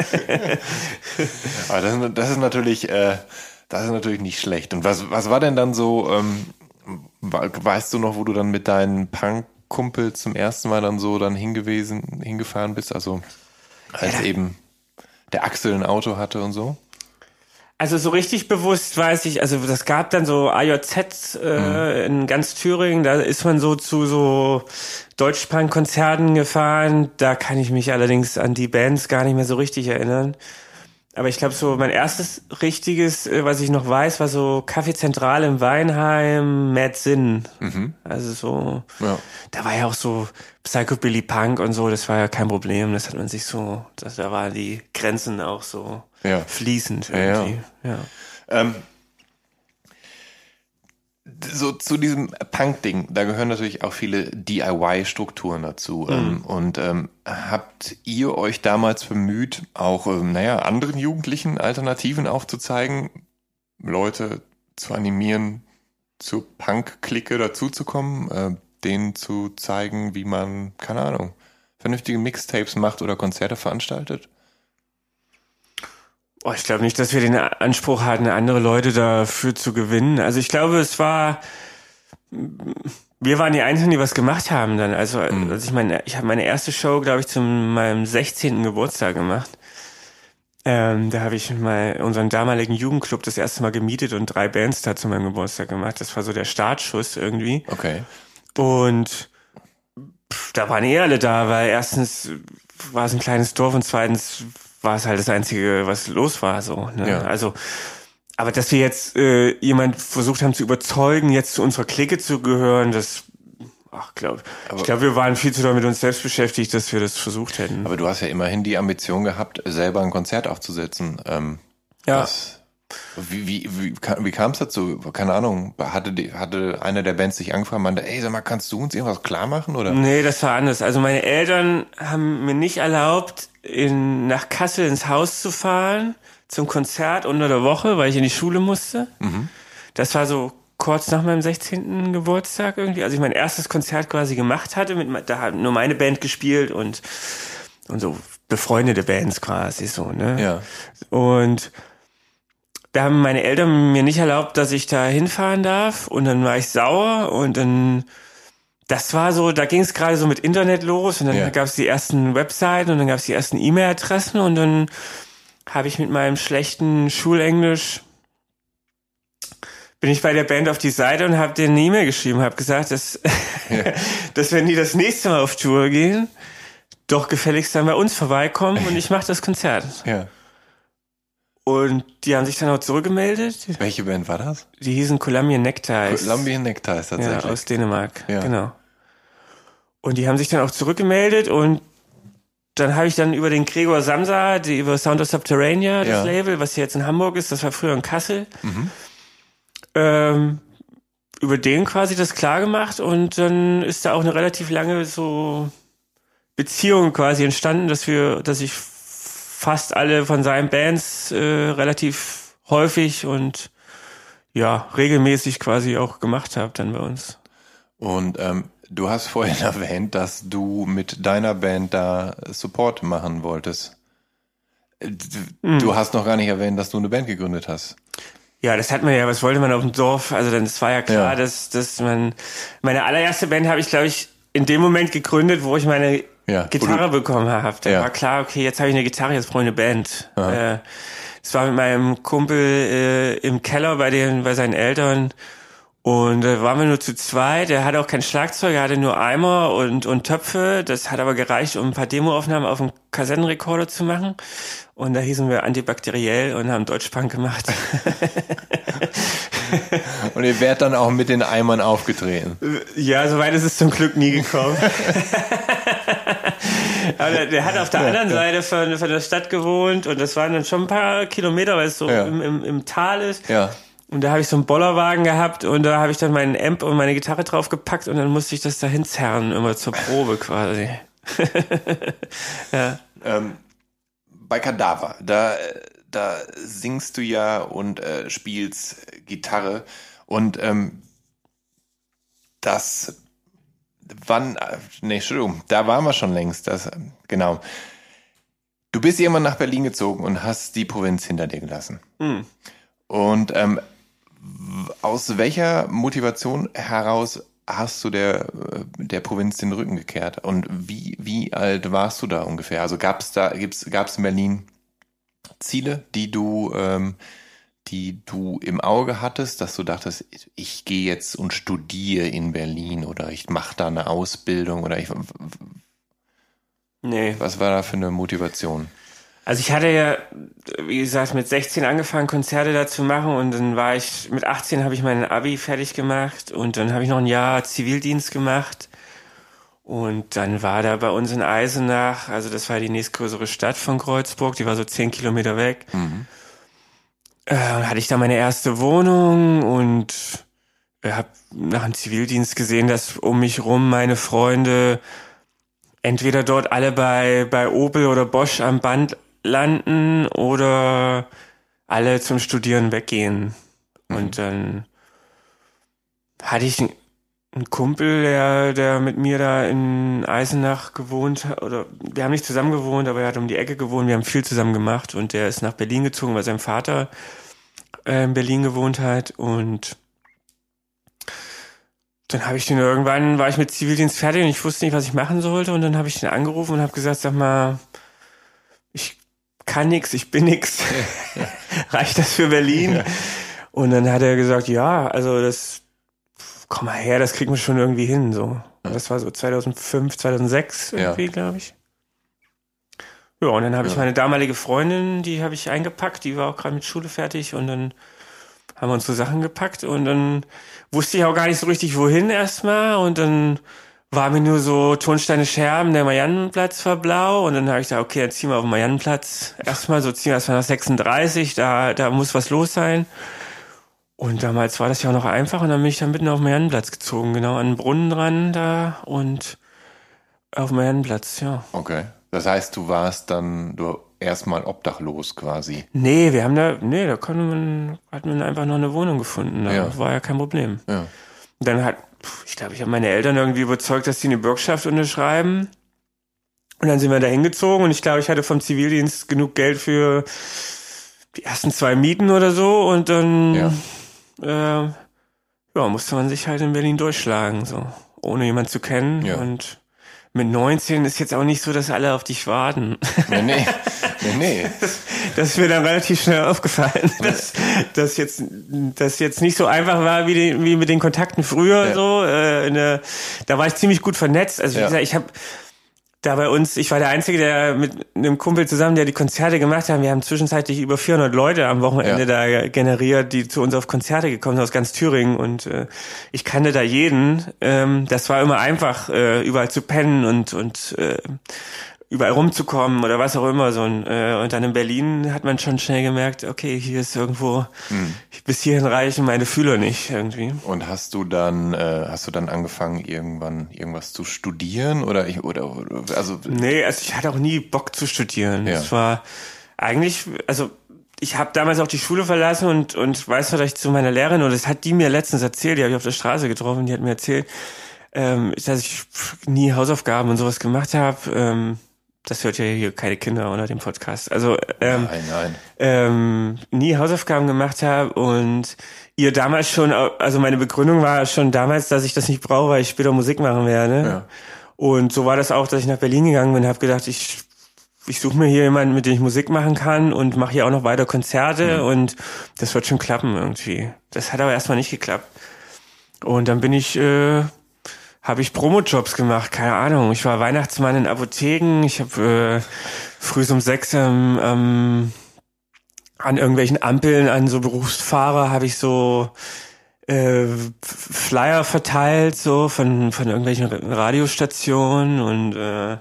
Aber das, ist- das ist natürlich, äh, das ist natürlich nicht schlecht. Und was, was war denn dann so, ähm, we- weißt du noch, wo du dann mit deinen Punk-Kumpel zum ersten Mal dann so dann hingewesen, hingefahren bist? Also, als eben der Axel ein Auto hatte und so? Also so richtig bewusst weiß ich, also das gab dann so A J Z äh, in ganz Thüringen, da ist man so zu so Deutschpunk-Konzerten gefahren, da kann ich mich allerdings an die Bands gar nicht mehr so richtig erinnern. Aber ich glaube so, mein erstes richtiges, äh, was ich noch weiß, war so Café Zentral im Weinheim, Mad Sin. Also so, Ja. da war ja auch so Psychobilly Punk und so, das war ja kein Problem, das hat man sich so, das, da waren die Grenzen auch so Ja. fließend Ja, ja. irgendwie. Ja. Ähm, so zu diesem Punk-Ding, da gehören natürlich auch viele D I Y-Strukturen dazu. Ähm, und ähm, habt ihr euch damals bemüht, auch, ähm, naja, anderen Jugendlichen Alternativen aufzuzeigen, Leute zu animieren, zur Punk-Clique dazuzukommen, äh, denen zu zeigen, wie man, keine Ahnung, vernünftige Mixtapes macht oder Konzerte veranstaltet? Oh, ich glaube nicht, dass wir den Anspruch hatten, andere Leute dafür zu gewinnen. Also ich glaube, es war, wir waren die Einzigen, die was gemacht haben dann. Also, also ich meine, ich habe meine erste Show, glaube ich, zu meinem sechzehnten Geburtstag gemacht. Ähm, da habe ich mal unseren damaligen Jugendclub das erste Mal gemietet und drei Bands da zu meinem Geburtstag gemacht. Das war so der Startschuss irgendwie. Okay. Und pff, da waren eh alle da, weil erstens war es ein kleines Dorf und zweitens war es halt das Einzige, was los war. So, ne? Ja. Also, aber dass wir jetzt äh, jemand versucht haben zu überzeugen, jetzt zu unserer Clique zu gehören, das, ach, glaub, ich glaube, wir waren viel zu doll mit uns selbst beschäftigt, dass wir das versucht hätten. Aber du hast ja immerhin die Ambition gehabt, selber ein Konzert aufzusetzen. Ähm, Ja. das, wie wie, wie, kam- wie kam es dazu? Keine Ahnung. Hatte, die, hatte eine der Bands dich angefragt und meinte, ey, sag mal, kannst du uns irgendwas klar machen? Oder? Nee, das war anders. Also meine Eltern haben mir nicht erlaubt, in, nach Kassel ins Haus zu fahren zum Konzert unter der Woche, weil ich in die Schule musste. Das war so kurz nach meinem sechzehnten Geburtstag irgendwie, als ich mein erstes Konzert quasi gemacht hatte. Mit, da hat nur meine Band gespielt und, und so befreundete Bands quasi so, ne? Ja. Und da haben meine Eltern mir nicht erlaubt, dass ich da hinfahren darf. Und dann war ich sauer und dann, das war so, da ging es gerade so mit Internet los und dann Ja. gab es die ersten Webseiten und dann gab es die ersten E-Mail-Adressen und dann habe ich mit meinem schlechten Schulenglisch bin ich bei der Band auf die Seite und habe denen eine E-Mail geschrieben, habe gesagt, dass, dass wenn die das nächste Mal auf Tour gehen, doch gefälligst dann bei uns vorbeikommen und ich mache das Konzert. Ja. Und die haben sich dann auch zurückgemeldet. Welche Band war das? Die hießen Colombian Neckties. Colombian Neckties Ja, tatsächlich. aus Dänemark. Ja. Genau. Und die haben sich dann auch zurückgemeldet und dann habe ich dann über den Gregor Samsa, die, über Sound of Subterranea, das Ja. Label, was hier jetzt in Hamburg ist, das war früher in Kassel, ähm, über den quasi das klar gemacht und dann ist da auch eine relativ lange so Beziehung quasi entstanden, dass wir, dass ich fast alle von seinen Bands äh, relativ häufig und ja, regelmäßig quasi auch gemacht habe dann bei uns. Und ähm, du hast vorhin erwähnt, dass du mit deiner Band da Support machen wolltest. Du hm. hast noch gar nicht erwähnt, dass du eine Band gegründet hast. Ja, das hat man ja, was wollte man auf dem Dorf? Also dann, es war ja klar, ja. dass, dass man, meine allererste Band habe ich, glaube ich, in dem Moment gegründet, wo ich meine ja, Gitarre du, bekommen habe. Da ja. war klar, okay, jetzt habe ich eine Gitarre, jetzt brauche ich eine Band. Äh, das war mit meinem Kumpel äh, im Keller bei den, bei seinen Eltern. Und da äh, waren wir nur zu zweit. Er hatte auch kein Schlagzeug, er hatte nur Eimer und, und Töpfe. Das hat aber gereicht, um ein paar Demoaufnahmen auf dem Kassettenrekorder zu machen. Und da hießen wir antibakteriell und haben Deutschpunk gemacht. Und ihr wärt dann auch mit den Eimern aufgetreten? Ja, soweit ist es zum Glück nie gekommen. Aber der, der hat auf der anderen Seite von, von der Stadt gewohnt und das waren dann schon ein paar Kilometer, weil es so ja. im, im, im Tal ist. Ja. Und da habe ich so einen Bollerwagen gehabt und da habe ich dann meinen Amp und meine Gitarre draufgepackt und dann musste ich das dahin zerren, immer zur Probe quasi. ja. Ähm, bei Kadaver, da, da singst du ja und äh, spielst Gitarre und ähm, das, wann, nee, Entschuldigung, da waren wir schon längst, das, genau. Du bist irgendwann nach Berlin gezogen und hast die Provinz hinter dir gelassen. Mhm. Und ähm, aus welcher Motivation heraus hast du der der Provinz den Rücken gekehrt? Und wie wie alt warst du da ungefähr? Also gab es da gibt's gab's in Berlin Ziele, die du ähm, die du im Auge hattest, dass du dachtest, ich gehe jetzt und studiere in Berlin oder ich mache da eine Ausbildung oder ich Nee. Was war da für eine Motivation? Also ich hatte ja, wie gesagt, mit sechzehn angefangen, Konzerte da zu machen und dann war ich, mit achtzehn habe ich meinen Abi fertig gemacht und dann habe ich noch ein Jahr Zivildienst gemacht und dann war da bei uns in Eisenach, also das war die nächstgrößere Stadt von Kreuzburg, die war so zehn Kilometer weg, mhm. äh, hatte ich da meine erste Wohnung und äh, habe nach dem Zivildienst gesehen, dass um mich rum meine Freunde entweder dort alle bei, bei Opel oder Bosch am Band landen oder alle zum Studieren weggehen. Mhm. Und dann hatte ich einen Kumpel, der, der mit mir da in Eisenach gewohnt hat, oder wir haben nicht zusammen gewohnt, aber er hat um die Ecke gewohnt, wir haben viel zusammen gemacht und der ist nach Berlin gezogen, weil sein Vater äh, in Berlin gewohnt hat und dann habe ich den irgendwann, war ich mit Zivildienst fertig und ich wusste nicht, was ich machen sollte und dann habe ich den angerufen und habe gesagt, sag mal, ich kann nix, ich bin nix. Ja. Reicht das für Berlin? Ja. Und dann hat er gesagt, ja, also das, komm mal her, das kriegen wir schon irgendwie hin, so. Ja. Das war so zweitausendfünf, zweitausendsechs irgendwie, ja. glaube ich. Ja, und dann habe ja. ich meine damalige Freundin, die habe ich eingepackt, die war auch gerade mit Schule fertig und dann haben wir unsere Sachen gepackt und dann wusste ich auch gar nicht so richtig, wohin erstmal und dann war mir nur so Tonsteine Scherben, der Mariannenplatz war blau und dann habe ich gesagt, okay, dann ziehen wir auf den Mariannenplatz erstmal, so ziehen wir erstmal nach sechsunddreißig, da da muss was los sein. Und damals war das ja auch noch einfach und dann bin ich dann mitten auf den Mariannenplatz gezogen, genau an den Brunnen dran da und auf dem Mariannenplatz, ja. Okay, das heißt, du warst dann, du erstmal obdachlos quasi. Nee, wir haben da, nee, da konnte man, hat man einfach noch eine Wohnung gefunden, da ja. war ja kein Problem. Ja. Dann hat, ich glaube, ich habe meine Eltern irgendwie überzeugt, dass die eine Bürgschaft unterschreiben. Und dann sind wir da hingezogen und ich glaube, ich hatte vom Zivildienst genug Geld für die ersten zwei Mieten oder so und dann ja. Äh, ja, musste man sich halt in Berlin durchschlagen, so, ohne jemand zu kennen ja. und mit neunzehn ist jetzt auch nicht so, dass alle auf dich warten. Nee, nee, nee, nee. Das, das ist mir dann relativ schnell aufgefallen, dass das jetzt, das jetzt nicht so einfach war wie, die, wie mit den Kontakten früher ja. so. Äh, in der, da war ich ziemlich gut vernetzt. Also wie ja. gesagt, ich habe da bei uns, ich war der Einzige, der mit einem Kumpel zusammen, der die Konzerte gemacht hat. Wir haben zwischenzeitlich über vierhundert Leute am Wochenende ja. da generiert, die zu uns auf Konzerte gekommen sind aus ganz Thüringen und äh, ich kannte da jeden. Ähm, das war immer einfach, äh, überall zu pennen und und äh, überall rumzukommen oder was auch immer. So ein, äh, und dann in Berlin hat man schon schnell gemerkt, okay, hier ist irgendwo, hm. bis hierhin reichen meine Fühler nicht irgendwie. Und hast du dann, äh, hast du dann angefangen, irgendwann irgendwas zu studieren oder ich, oder, oder also? Nee, also ich hatte auch nie Bock zu studieren. Ja. Es war eigentlich, also ich habe damals auch die Schule verlassen und und weiß vielleicht zu meiner Lehrerin, und das hat die mir letztens erzählt, die habe ich auf der Straße getroffen, die hat mir erzählt, ähm, dass ich nie Hausaufgaben und sowas gemacht habe. Ähm, das hört ja hier keine Kinder unter dem Podcast. Also ähm, nein, nein. Ähm, nie Hausaufgaben gemacht habe und ihr damals schon, also meine Begründung war schon damals, dass ich das nicht brauche, weil ich später Musik machen werde. Ja. Und so war das auch, dass ich nach Berlin gegangen bin, habe gedacht, ich ich suche mir hier jemanden, mit dem ich Musik machen kann und mache hier auch noch weiter Konzerte mhm. und das wird schon klappen irgendwie. Das hat aber erstmal nicht geklappt. Und dann bin ich äh, habe ich Promojobs gemacht, keine Ahnung. Ich war Weihnachtsmann in Apotheken. Ich habe äh, früh um sechs ähm, ähm, an irgendwelchen Ampeln an so Berufsfahrer habe ich so äh, Flyer verteilt, so von von irgendwelchen Radiostationen und äh,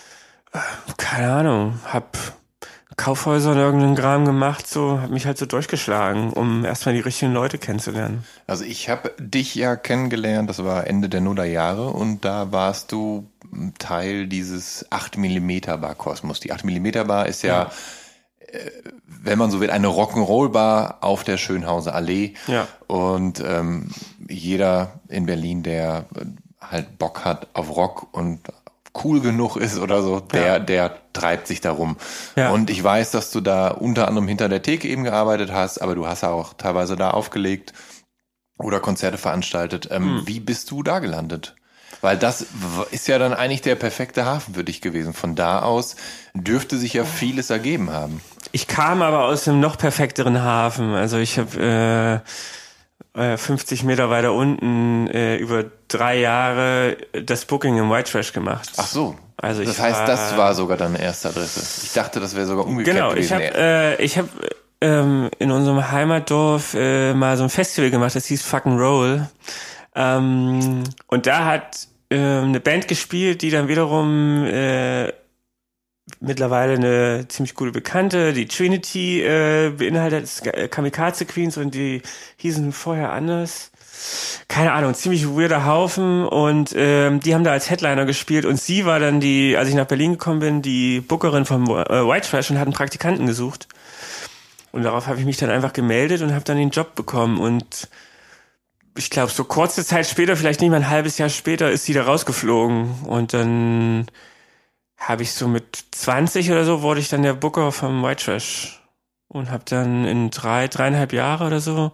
keine Ahnung, hab Kaufhäuser und irgendeinen Kram gemacht, so, hab mich halt so durchgeschlagen, um erstmal die richtigen Leute kennenzulernen. Also ich habe dich ja kennengelernt, das war Ende der Nullerjahre und da warst du Teil dieses acht Millimeter Bar Kosmos. Die acht Millimeter Bar ist ja, ja, wenn man so will, eine Rock'n'Roll Bar auf der Schönhauser Allee. Ja. Und ähm, jeder in Berlin, der halt Bock hat auf Rock und cool genug ist oder so, der, ja. der treibt sich darum. Ja. Und ich weiß, dass du da unter anderem hinter der Theke eben gearbeitet hast, aber du hast auch teilweise da aufgelegt oder Konzerte veranstaltet. Ähm, hm. Wie bist du da gelandet? Weil das ist ja dann eigentlich der perfekte Hafen für dich gewesen. Von da aus dürfte sich ja vieles ergeben haben. Ich kam aber aus einem noch perfekteren Hafen. Also ich habe äh, fünfzig Meter weiter unten äh, über drei Jahre das Booking im White Trash gemacht. Ach so. Also ich das heißt, war, das war sogar deine erste Adresse. Ich dachte, das wäre sogar umgekehrt genau, gewesen. Genau, ich habe äh, ich hab, ähm, in unserem Heimatdorf äh, mal so ein Festival gemacht, das hieß Fucking Roll. Ähm, und da hat äh, eine Band gespielt, die dann wiederum äh, mittlerweile eine ziemlich gute Bekannte, die Trinity, äh, beinhaltet Kamikaze Queens, und die hießen vorher anders. Keine Ahnung, ziemlich weirder Haufen, und ähm, die haben da als Headliner gespielt, und sie war dann die, als ich nach Berlin gekommen bin, die Bookerin vom äh, White Trash und hat einen Praktikanten gesucht. Und darauf habe ich mich dann einfach gemeldet und habe dann den Job bekommen, und ich glaube, so kurze Zeit später, vielleicht nicht mal ein halbes Jahr später, ist sie da rausgeflogen, und dann habe ich so mit zwanzig oder so, wurde ich dann der Booker vom White Trash und habe dann in drei, dreieinhalb Jahre oder so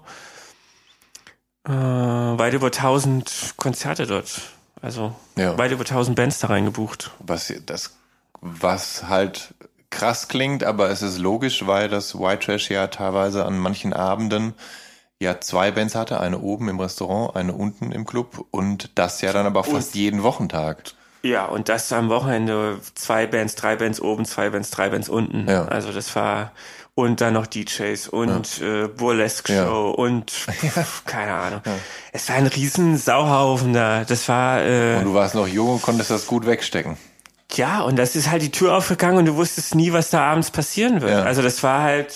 äh, weit über tausend Konzerte dort, also ja. weit über tausend Bands da reingebucht. Was, das, was halt krass klingt, aber es ist logisch, weil das White Trash ja teilweise an manchen Abenden ja zwei Bands hatte, eine oben im Restaurant, eine unten im Club, und das ja dann aber fast und, jeden Wochentag. Ja, und das am Wochenende zwei Bands, drei Bands oben, zwei Bands, drei Bands unten. Ja. Also das war, und dann noch D Js und ja. äh, Burlesque Show ja. und pf, keine Ahnung. Ja. Es war ein riesen Sauhaufen da. Das war äh, und du warst noch jung und konntest das gut wegstecken. Ja, und das ist halt die Tür aufgegangen und du wusstest nie, was da abends passieren wird. Ja. Also das war halt,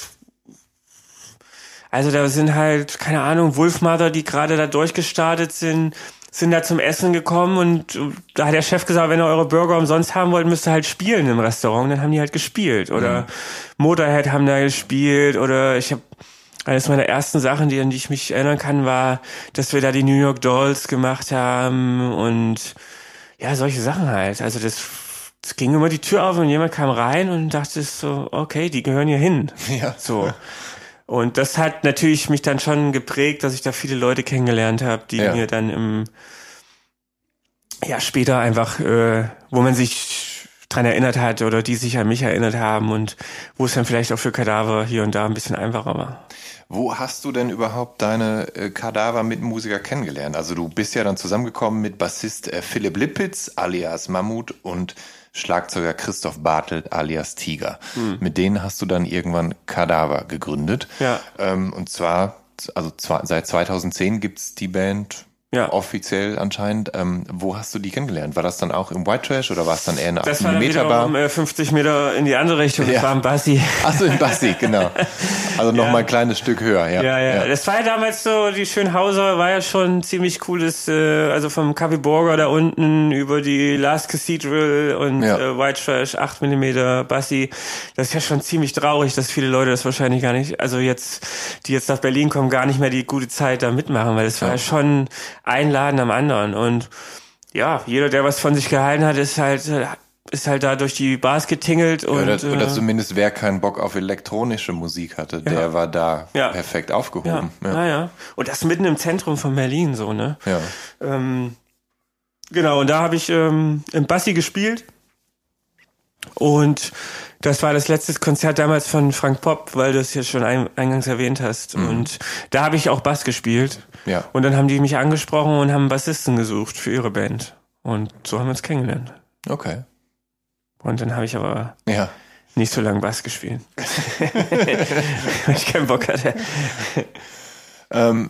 also da sind halt, keine Ahnung, Wolfmother, die gerade da durchgestartet sind, sind da zum Essen gekommen, und da hat der Chef gesagt, wenn ihr eure Burger umsonst haben wollt, müsst ihr halt spielen im Restaurant. Dann haben die halt gespielt. Oder mhm. Motorhead haben da gespielt. Oder ich habe, eines meiner ersten Sachen, die, an die ich mich erinnern kann, war, dass wir da die New York Dolls gemacht haben und ja, solche Sachen halt. Also das, das ging immer die Tür auf und jemand kam rein und dachte so, okay, die gehören hier hin. Ja. So. Und das hat natürlich mich dann schon geprägt, dass ich da viele Leute kennengelernt habe, die ja. mir dann im ja später einfach, äh, wo man sich dran erinnert hat oder die sich an mich erinnert haben und wo es dann vielleicht auch für Kadaver hier und da ein bisschen einfacher war. Wo hast du denn überhaupt deine äh, Kadaver-Mitmusiker kennengelernt? Also du bist ja dann zusammengekommen mit Bassist äh, Philipp Lippitz alias Mammut und Schlagzeuger Christoph Bartelt alias Tiger. Hm. Mit denen hast du dann irgendwann Kadaver gegründet. Ja. Ähm, und zwar, also zwar, seit zweitausendzehn gibt's die Band Ja. Offiziell anscheinend. Ähm, wo hast du die kennengelernt? War das dann auch im White Trash oder war es dann eher eine Das war dann Millimeter-Bar? wiederum äh, fünfzig Meter in die andere Richtung. Ja. Das war im Bassi. Ach so, in Bassi, genau. Also noch Ja. mal ein kleines Stück höher. Ja, Ja, ja, das war ja damals so, die Schönhauser war ja schon ein ziemlich cooles, äh, also vom Café Burger da unten über die Last Cathedral und Ja. äh, White Trash, acht Millimeter Bassi. Das ist ja schon ziemlich traurig, dass viele Leute das wahrscheinlich gar nicht, also jetzt, die jetzt nach Berlin kommen, gar nicht mehr die gute Zeit da mitmachen, weil das war ja, ja schon ein Laden am anderen. Und ja, jeder, der was von sich gehalten hat, ist halt ist halt da durch die Bars getingelt. Und, ja, oder, oder äh, zumindest wer keinen Bock auf elektronische Musik hatte, Ja. der war da Ja. perfekt ja, aufgehoben. ja. Ja, ja. Und das mitten im Zentrum von Berlin so, ne? Ja. Ähm, genau, und da habe ich ähm, im Bassi gespielt. Und das war das letzte Konzert damals von Frank Popp, weil du es ja schon ein, eingangs erwähnt hast. Mhm. Und da habe ich auch Bass gespielt. Ja. Und dann haben die mich angesprochen und haben einen Bassisten gesucht für ihre Band. Und so haben wir uns kennengelernt. Okay. Und dann habe ich aber Ja. nicht so lange Bass gespielt. Weil ich keinen Bock hatte. Ähm,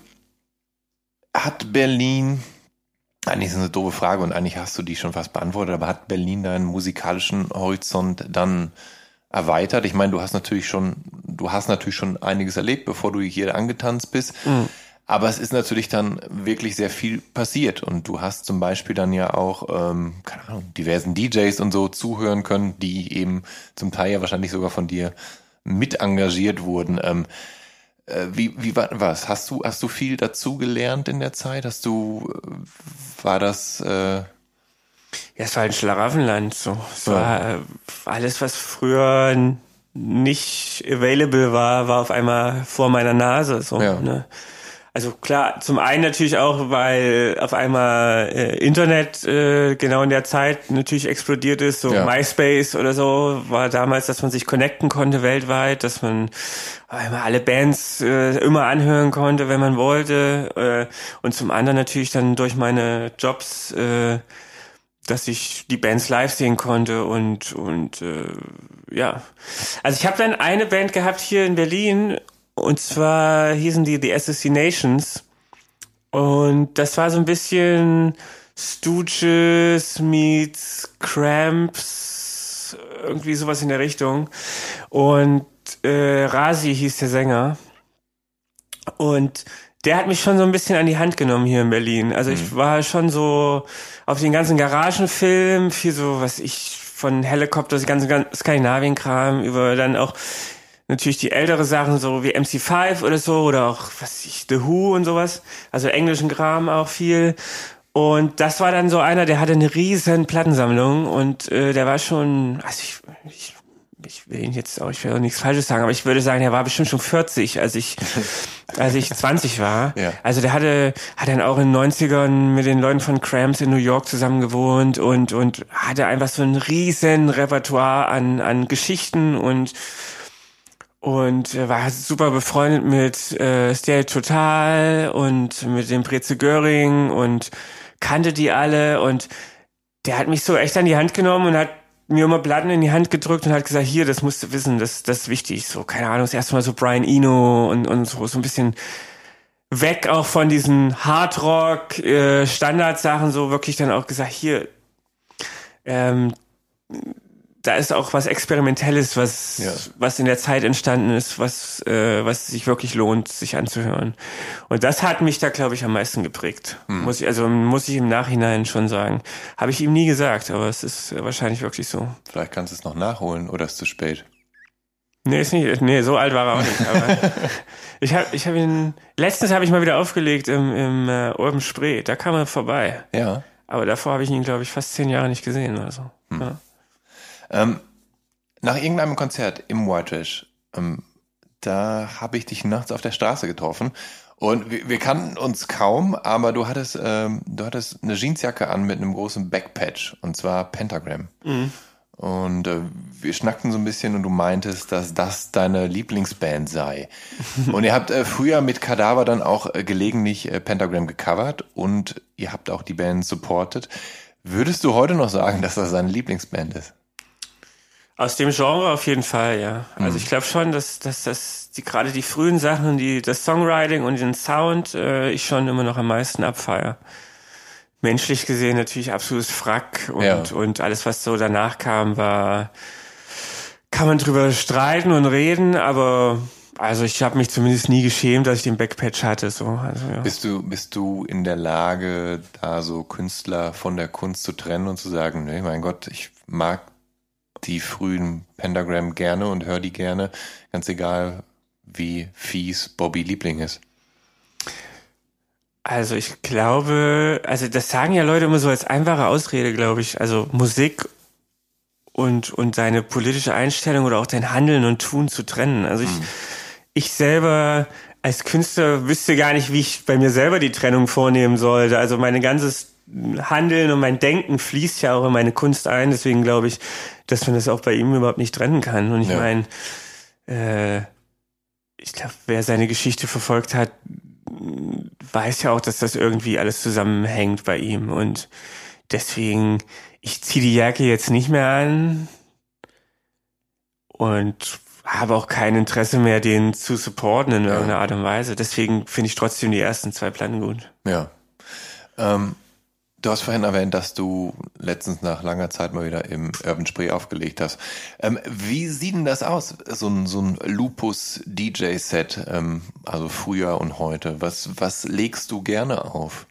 hat Berlin, eigentlich ist es eine doofe Frage und eigentlich hast du die schon fast beantwortet, aber hat Berlin deinen musikalischen Horizont dann erweitert? Ich meine, du hast natürlich schon, du hast natürlich schon einiges erlebt, bevor du hier angetanzt bist. Mhm. Aber es ist natürlich dann wirklich sehr viel passiert und du hast zum Beispiel dann ja auch, ähm, keine Ahnung, diversen D Js und so zuhören können, die eben zum Teil ja wahrscheinlich sogar von dir mit engagiert wurden. Ähm, äh, wie wie war was? Hast du hast du viel dazu gelernt in der Zeit? Hast du war das? Äh Ja, es war ein Schlaraffenland. So, es Ja. war äh, alles, was früher nicht available war, war auf einmal vor meiner Nase. So, Ja. ne? Also klar, zum einen natürlich auch, weil auf einmal äh, Internet äh, genau in der Zeit natürlich explodiert ist, so Ja. MySpace oder so war damals, dass man sich connecten konnte weltweit, dass man auf einmal alle Bands äh, immer anhören konnte, wenn man wollte. Äh, und zum anderen natürlich dann durch meine Jobs, äh, dass ich die Bands live sehen konnte und und äh, ja. Also ich habe dann eine Band gehabt hier in Berlin. Und zwar hießen die The Assassinations. Und das war so ein bisschen Stooges meets Cramps, irgendwie sowas in der Richtung. Und äh, Rasi hieß der Sänger. Und der hat mich schon so ein bisschen an die Hand genommen hier in Berlin. Also ich war schon so auf den ganzen Garagenfilm, viel so, was ich von Helicopter, das ganze Skandinavien-Kram, über dann auch natürlich die ältere Sachen, so wie M C fünf oder so, oder auch, was weiß ich, The Who und sowas. Also englischen Kram auch viel. Und das war dann so einer, der hatte eine riesen Plattensammlung und äh, der war schon, also ich, ich, ich will ihn jetzt auch, ich will auch nichts Falsches sagen, aber ich würde sagen, er war bestimmt schon vierzig, als ich, als ich zwanzig war. Ja. Also der hatte, hat dann auch in den neunzigern mit den Leuten von Cramps in New York zusammen gewohnt und, und hatte einfach so ein riesen Repertoire an, an Geschichten und Und er war super befreundet mit äh, Stereo Total und mit dem Breze Göring und kannte die alle. Und der hat mich so echt an die Hand genommen und hat mir immer Platten in die Hand gedrückt und hat gesagt, hier, das musst du wissen, das, das ist wichtig. So, keine Ahnung, das erste Mal so Brian Eno und, und so, so ein bisschen weg auch von diesen Hardrock, äh, Standardsachen, so wirklich dann auch gesagt, hier, ähm, da ist auch was Experimentelles, was Ja. was in der Zeit entstanden ist, was äh, was sich wirklich lohnt, sich anzuhören. Und das hat mich da, glaube ich, am meisten geprägt. Hm. Muss ich also muss ich im Nachhinein schon sagen. Habe ich ihm nie gesagt, aber es ist wahrscheinlich wirklich so. Vielleicht kannst du es noch nachholen oder ist zu spät. Nee, ist nicht. Nee, so alt war er auch nicht. Aber ich habe ich habe ihn letztens habe ich mal wieder aufgelegt im im äh, Urban Spree. Da kam er vorbei. Ja. Aber davor habe ich ihn, glaube ich, fast zehn Jahre nicht gesehen oder so. Hm. Ja. Ähm, nach irgendeinem Konzert im White Trash, ähm, da habe ich dich nachts auf der Straße getroffen und wir, wir kannten uns kaum, aber du hattest, ähm, du hattest eine Jeansjacke an mit einem großen Backpatch und zwar Pentagram. Mhm. Und äh, wir schnackten so ein bisschen und du meintest, dass das deine Lieblingsband sei. Und ihr habt äh, früher mit Kadaver dann auch äh, gelegentlich äh, Pentagram gecovert und ihr habt auch die Band supported. Würdest du heute noch sagen, dass das deine Lieblingsband ist? Aus dem Genre auf jeden Fall, ja. Also ich glaube schon, dass, dass, dass die gerade die frühen Sachen, die das Songwriting und den Sound äh, ich schon immer noch am meisten abfeiere. Menschlich gesehen natürlich absolutes Frack und, ja. und alles, was so danach kam, war, kann man drüber streiten und reden, aber also ich habe mich zumindest nie geschämt, dass ich den Backpatch hatte. So. Also, ja. Bist du, bist du in der Lage, da so Künstler von der Kunst zu trennen und zu sagen, nee, mein Gott, ich mag die frühen Pentagram gerne und höre die gerne, ganz egal, wie fies Bobby Liebling ist? Also ich glaube, also das sagen ja Leute immer so als einfache Ausrede, glaube ich. Also Musik und und seine politische Einstellung oder auch dein Handeln und Tun zu trennen. Also ich, mhm. ich selber als Künstler wüsste gar nicht, wie ich bei mir selber die Trennung vornehmen sollte. Also mein ganzes Handeln und mein Denken fließt ja auch in meine Kunst ein. Deswegen glaube ich, dass man das auch bei ihm überhaupt nicht trennen kann. Und ich ja. meine, äh, ich glaube, wer seine Geschichte verfolgt hat, weiß ja auch, dass das irgendwie alles zusammenhängt bei ihm. Und deswegen, ich ziehe die Jacke jetzt nicht mehr an und habe auch kein Interesse mehr, den zu supporten in irgendeiner Art und Weise. Deswegen finde ich trotzdem die ersten zwei Platten gut. Ja. Ähm, du hast vorhin erwähnt, dass du letztens nach langer Zeit mal wieder im Urban Spree aufgelegt hast. Ähm, wie sieht denn das aus, so ein, so ein Lupus-D J-Set, ähm, also früher und heute? Was, was legst du gerne auf?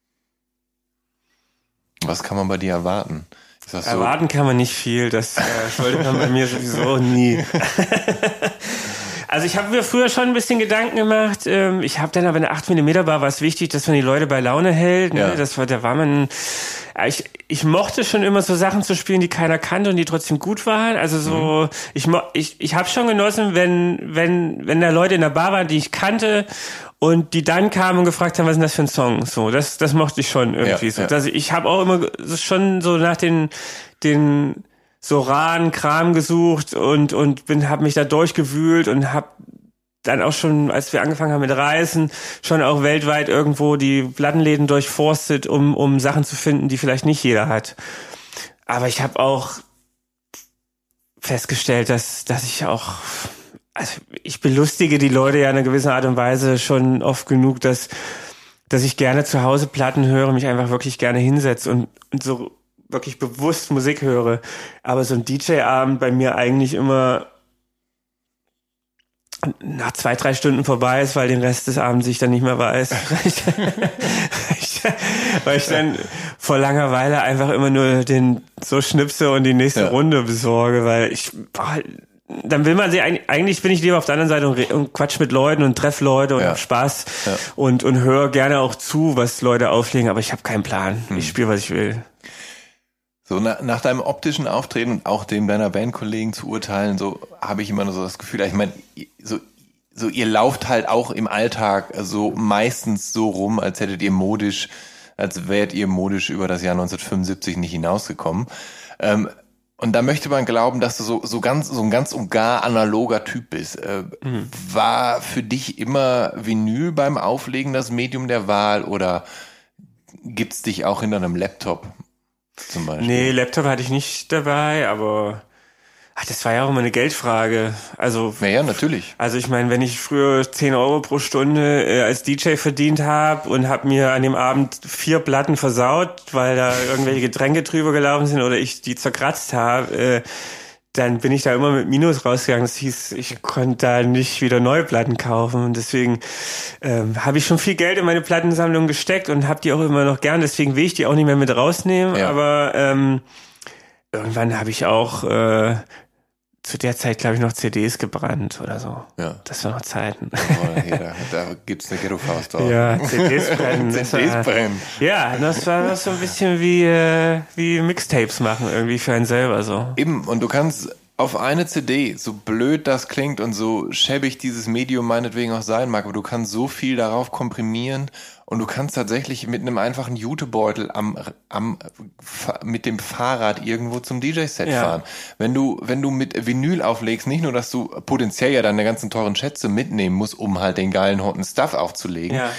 Was kann man bei dir erwarten? Ist das so? Erwarten kann man nicht viel, das äh, sollte man bei mir sowieso nie. Also ich habe mir früher schon ein bisschen Gedanken gemacht. Ähm, ich habe dann aber eine acht Millimeter Bar, war es wichtig, dass man die Leute bei Laune hält. Ne? Ja. Das war, da war man. Ich, ich mochte schon immer so Sachen zu spielen, die keiner kannte und die trotzdem gut waren. Also so, mhm. ich ich ich habe schon genossen, wenn wenn wenn da Leute in der Bar waren, die ich kannte und die dann kamen und gefragt haben, was ist denn das für ein Song? So, das das mochte ich schon irgendwie. Ja, so, ja. Dass ich habe auch immer schon so nach den den so raren Kram gesucht und und bin habe mich da durchgewühlt und habe dann auch schon, als wir angefangen haben mit Reisen, schon auch weltweit irgendwo die Plattenläden durchforstet, um um Sachen zu finden, die vielleicht nicht jeder hat. Aber ich habe auch festgestellt, dass dass ich auch, also ich belustige die Leute ja in einer gewissen Art und Weise schon oft genug, dass dass ich gerne zu Hause Platten höre, mich einfach wirklich gerne hinsetze und, und so wirklich bewusst Musik höre. Aber so ein D J-Abend bei mir eigentlich immer nach zwei, drei Stunden vorbei ist, weil den Rest des Abends ich dann nicht mehr weiß. Weil ich dann vor Langeweile einfach immer nur den so schnipse und die nächste ja. Runde besorge, weil ich, boah, dann will man sie, eigentlich bin ich lieber auf der anderen Seite und, und quatsch mit Leuten und treff Leute und ja. hab Spaß ja. und, und höre gerne auch zu, was Leute auflegen, aber ich habe keinen Plan. Hm. Ich spiele, was ich will. So, na, nach deinem optischen Auftreten und auch dem deiner Bandkollegen zu urteilen, so habe ich immer nur so das Gefühl, ich meine, so, so ihr lauft halt auch im Alltag so meistens so rum, als hättet ihr modisch, als wärt ihr modisch über das Jahr neunzehnhundertfünfundsiebzig nicht hinausgekommen. Ähm, und da möchte man glauben, dass du so, so ganz, so ein ganz und gar analoger Typ bist. Äh, mhm. War für dich immer Vinyl beim Auflegen das Medium der Wahl oder gibt's dich auch hinter einem Laptop? Zum Beispiel. Nee, Laptop hatte ich nicht dabei, aber ach, das war ja auch immer eine Geldfrage. Also ja, ja, natürlich. Also ich meine, wenn ich früher zehn Euro pro Stunde äh, als D J verdient habe und habe mir an dem Abend vier Platten versaut, weil da irgendwelche Getränke drüber gelaufen sind oder ich die zerkratzt habe, äh, dann bin ich da immer mit Minus rausgegangen. Das hieß, ich konnte da nicht wieder neue Platten kaufen. Und deswegen ähm, habe ich schon viel Geld in meine Plattensammlung gesteckt und habe die auch immer noch gern. Deswegen will ich die auch nicht mehr mit rausnehmen. Ja. Aber ähm, irgendwann habe ich auch äh, zu der Zeit, glaube ich, noch C Ds gebrannt oder so. Ja. Das waren noch Zeiten. Oh, ja, da, da gibt's eine Ghetto-Faust drauf. Ja, C Ds brennen. C Ds brennen. Ja, das war noch so ein bisschen wie, äh, wie Mixtapes machen, irgendwie für einen selber so. Eben, und du kannst auf eine C D, so blöd das klingt und so schäbig dieses Medium meinetwegen auch sein mag, aber du kannst so viel darauf komprimieren und du kannst tatsächlich mit einem einfachen Jutebeutel am, am, mit dem Fahrrad irgendwo zum D J-Set ja. fahren. Wenn du, wenn du mit Vinyl auflegst, nicht nur, dass du potenziell ja deine ganzen teuren Schätze mitnehmen musst, um halt den geilen, hotten Stuff aufzulegen, ja.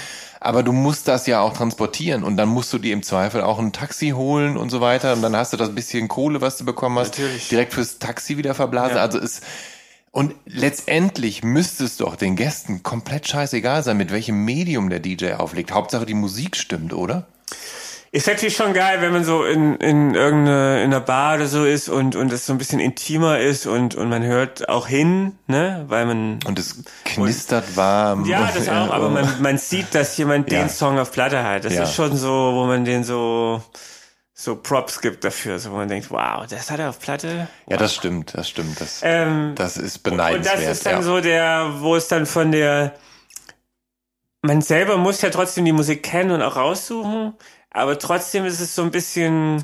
aber du musst das ja auch transportieren und dann musst du dir im Zweifel auch ein Taxi holen und so weiter und dann hast du das bisschen Kohle, was du bekommen hast, Natürlich. direkt fürs Taxi wieder verblasen. Ja. Also es und letztendlich müsste es doch den Gästen komplett scheißegal sein, mit welchem Medium der D J auflegt. Hauptsache die Musik stimmt, oder? Ist natürlich schon geil, wenn man so in, in irgendeiner in einer Bar oder so ist und und es so ein bisschen intimer ist und und man hört auch hin, ne, weil man und es knistert warm. Ja, das auch, aber man man sieht, dass jemand den Ja. Song auf Platte hat. Das Ja. ist schon so, wo man den so so Props gibt dafür, so wo man denkt, wow, das hat er auf Platte. Ja, das stimmt, das stimmt. Das, Ähm, das ist Und beneidenswert. das ist dann ja. so der, wo es dann von der, man selber muss ja trotzdem die Musik kennen und auch raussuchen, aber trotzdem ist es so ein bisschen,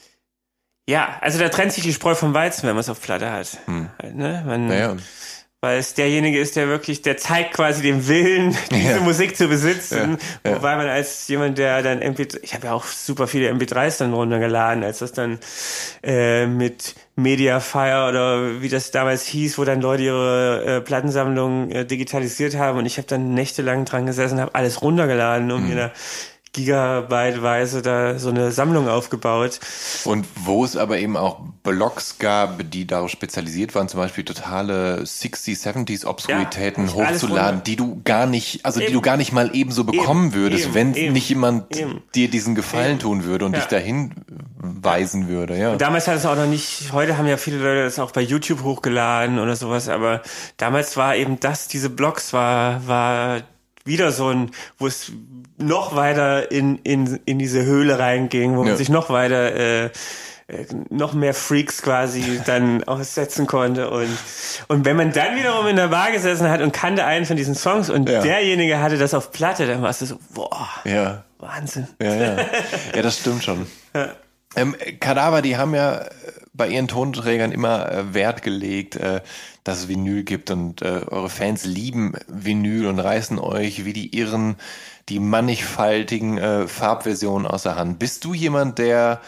ja, also da trennt sich die Spreu vom Weizen, wenn man es auf Platte hat. Hm. Halt, ne? Man, Naja. Weil es derjenige ist, der wirklich, der zeigt quasi den Willen, diese Ja. Musik zu besitzen. Ja, ja. Wobei man als jemand, der dann M P drei, ich habe ja auch super viele M P dreis dann runtergeladen, als das dann äh, mit Mediafire oder wie das damals hieß, wo dann Leute ihre äh, Plattensammlung äh, digitalisiert haben und ich habe dann nächtelang dran gesessen, habe alles runtergeladen, um Mhm. mir da gigabyteweise da so eine Sammlung aufgebaut. Und wo es aber eben auch Blogs gab, die darauf spezialisiert waren, zum Beispiel totale sixties, seventies Obskuritäten Ja, alles hochzuladen, runter. die du gar nicht, also die Eben. du gar nicht mal ebenso bekommen Eben, würdest, eben, wenn eben, nicht jemand eben. dir diesen Gefallen Eben. tun würde und Ja. dich dahin weisen würde, ja. Damals hat es auch noch nicht, heute haben ja viele Leute das auch bei YouTube hochgeladen oder sowas, aber damals war eben das, diese Blogs war, war wieder so ein, wo es noch weiter in, in, in diese Höhle reinging, wo Ja. man sich noch weiter, äh, äh, noch mehr Freaks quasi dann aussetzen konnte und, und wenn man dann wiederum in der Bar gesessen hat und kannte einen von diesen Songs und Ja. derjenige hatte das auf Platte, dann war es so, boah, Ja. Wahnsinn. Ja, ja. Ja, das stimmt schon. Ähm, Kadaver, die haben ja äh, bei ihren Tonträgern immer äh, Wert gelegt, äh, dass es Vinyl gibt und äh, eure Fans lieben Vinyl und reißen euch wie die Irren die mannigfaltigen äh, Farbversionen aus der Hand. Bist du jemand, der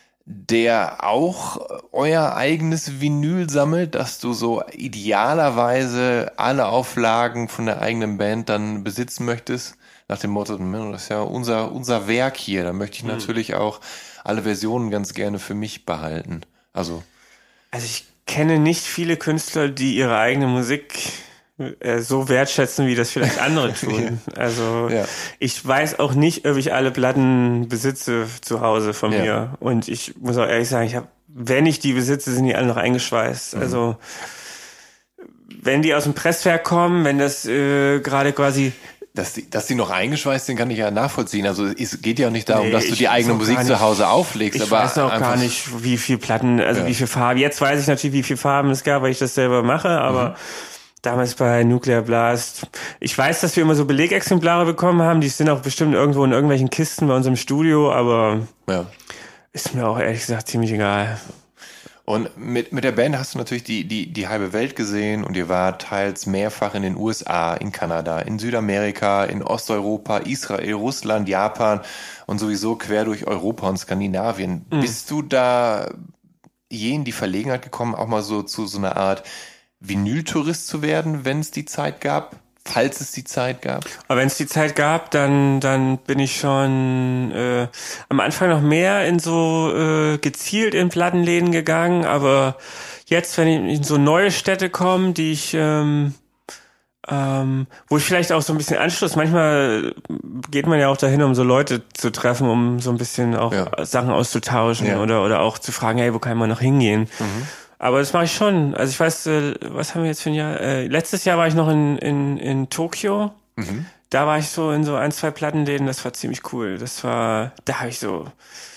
der auch euer eigenes Vinyl sammelt, dass du so idealerweise alle Auflagen von der eigenen Band dann besitzen möchtest? Nach dem Motto, das ist ja unser, unser Werk hier, da möchte ich Hm. natürlich auch alle Versionen ganz gerne für mich behalten. Also, Also ich kenne nicht viele Künstler, die ihre eigene Musik äh, so wertschätzen, wie das vielleicht andere tun. Also Ja. ich weiß auch nicht, ob ich alle Platten besitze zu Hause von Ja. mir. Und ich muss auch ehrlich sagen, ich habe, wenn ich die besitze, sind die alle noch eingeschweißt. Mhm. Also wenn die aus dem Presswerk kommen, wenn das äh, gerade quasi dass die, dass die noch eingeschweißt sind, kann ich ja nachvollziehen. Also es geht ja nicht darum, Nee, dass du ich die eigene weiß auch Musik gar zu nicht. Hause auflegst, Ich aber weiß auch einfach, gar nicht, wie viel Platten, also Ja. wie viel Farben. Jetzt weiß ich natürlich, wie viel Farben es gab, weil ich das selber mache, aber Mhm. damals bei Nuclear Blast, ich weiß, dass wir immer so Belegexemplare bekommen haben, die sind auch bestimmt irgendwo in irgendwelchen Kisten bei uns im Studio, aber Ja. ist mir auch ehrlich gesagt ziemlich egal. Und mit, mit der Band hast du natürlich die, die, die halbe Welt gesehen und ihr wart teils mehrfach in den U S A, in Kanada, in Südamerika, in Osteuropa, Israel, Russland, Japan und sowieso quer durch Europa und Skandinavien. Mhm. Bist du da je in die Verlegenheit gekommen, auch mal so zu so einer Art Vinyltourist zu werden, wenn es die Zeit gab? Falls es die Zeit gab? Aber wenn es die Zeit gab, dann dann bin ich schon äh, am Anfang noch mehr in so äh, gezielt in Plattenläden gegangen, aber jetzt, wenn ich in so neue Städte komme, die ich ähm, ähm, wo ich vielleicht auch so ein bisschen Anschluss, manchmal geht man ja auch dahin, um so Leute zu treffen, um so ein bisschen auch Ja. Sachen auszutauschen Ja. oder oder auch zu fragen, hey, wo kann man noch hingehen? Mhm. Aber das mache ich schon. Also ich weiß, äh, was haben wir jetzt für ein Jahr? Äh, letztes Jahr war ich noch in, in, in Tokio. Mhm. Da war ich so in so ein, zwei Plattenläden, das war ziemlich cool. Das war, da habe ich so,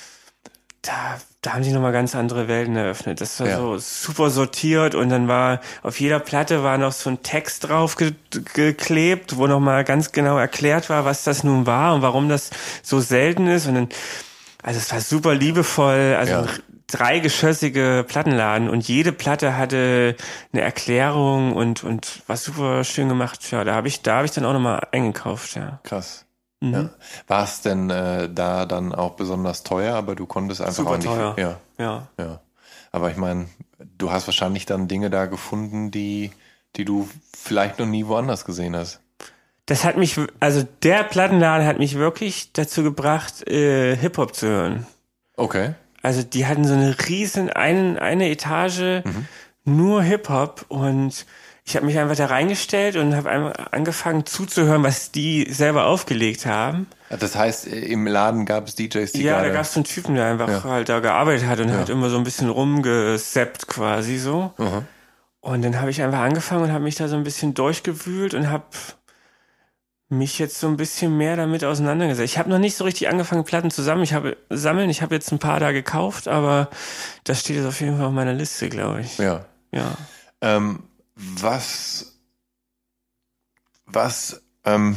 da, da haben sich nochmal ganz andere Welten eröffnet. Das war Ja. so super sortiert und dann war auf jeder Platte war noch so ein Text drauf ge geklebt, wo nochmal ganz genau erklärt war, was das nun war und warum das so selten ist. Und dann, also es war super liebevoll, also Ja. ein dreigeschossige Plattenladen und jede Platte hatte eine Erklärung und und war super schön gemacht. Ja, da habe ich da habe ich dann auch nochmal eingekauft, ja. Krass. Mhm. Ja. War es denn äh, da dann auch besonders teuer, aber du konntest einfach Super auch nicht... teuer. Ja, Ja. ja. Aber ich meine, du hast wahrscheinlich dann Dinge da gefunden, die, die du vielleicht noch nie woanders gesehen hast. das hat mich, also der Plattenladen hat mich wirklich dazu gebracht, äh, Hip-Hop zu hören. Okay. Also die hatten so eine riesen, ein, eine Etage, mhm. nur Hip-Hop und ich habe mich einfach da reingestellt und habe einfach angefangen zuzuhören, was die selber aufgelegt haben. Das heißt, im Laden gab es D Js, die Ja, gerade... da gab es so einen Typen, der einfach ja. halt da gearbeitet hat und ja. hat immer so ein bisschen rumgesappt quasi so. Mhm. Und dann habe ich einfach angefangen und habe mich da so ein bisschen durchgewühlt und habe mich jetzt so ein bisschen mehr damit auseinandergesetzt. Ich habe noch nicht so richtig angefangen, Platten zu sammeln. Ich habe sammeln. Ich habe jetzt ein paar da gekauft, aber das steht jetzt auf jeden Fall auf meiner Liste, glaube ich. Ja. Ja. Ähm, was, was ähm,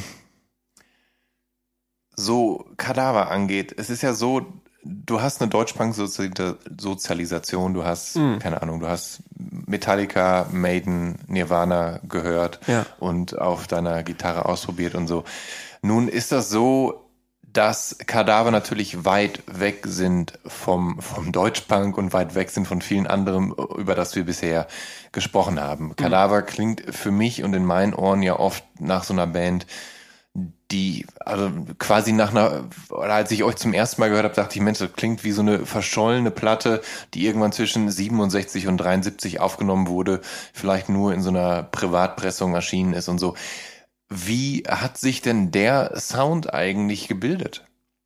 so Kadaver angeht, es ist ja so, du hast eine Deutschpunk-Sozialisation, du hast, mhm. keine Ahnung, du hast Metallica, Maiden, Nirvana gehört ja. und auf deiner Gitarre ausprobiert und so. Nun ist das so, dass Kadaver natürlich weit weg sind vom, vom Deutschpunk und weit weg sind von vielen anderen, über das wir bisher gesprochen haben. Mhm. Kadaver klingt für mich und in meinen Ohren ja oft nach so einer Band, die, also quasi nach einer, oder als ich euch zum ersten Mal gehört habe, dachte ich, Mensch, das klingt wie so eine verschollene Platte, die irgendwann zwischen siebenundsechzig und dreiundsiebzig aufgenommen wurde, vielleicht nur in so einer Privatpressung erschienen ist und so. Wie hat sich denn der Sound eigentlich gebildet?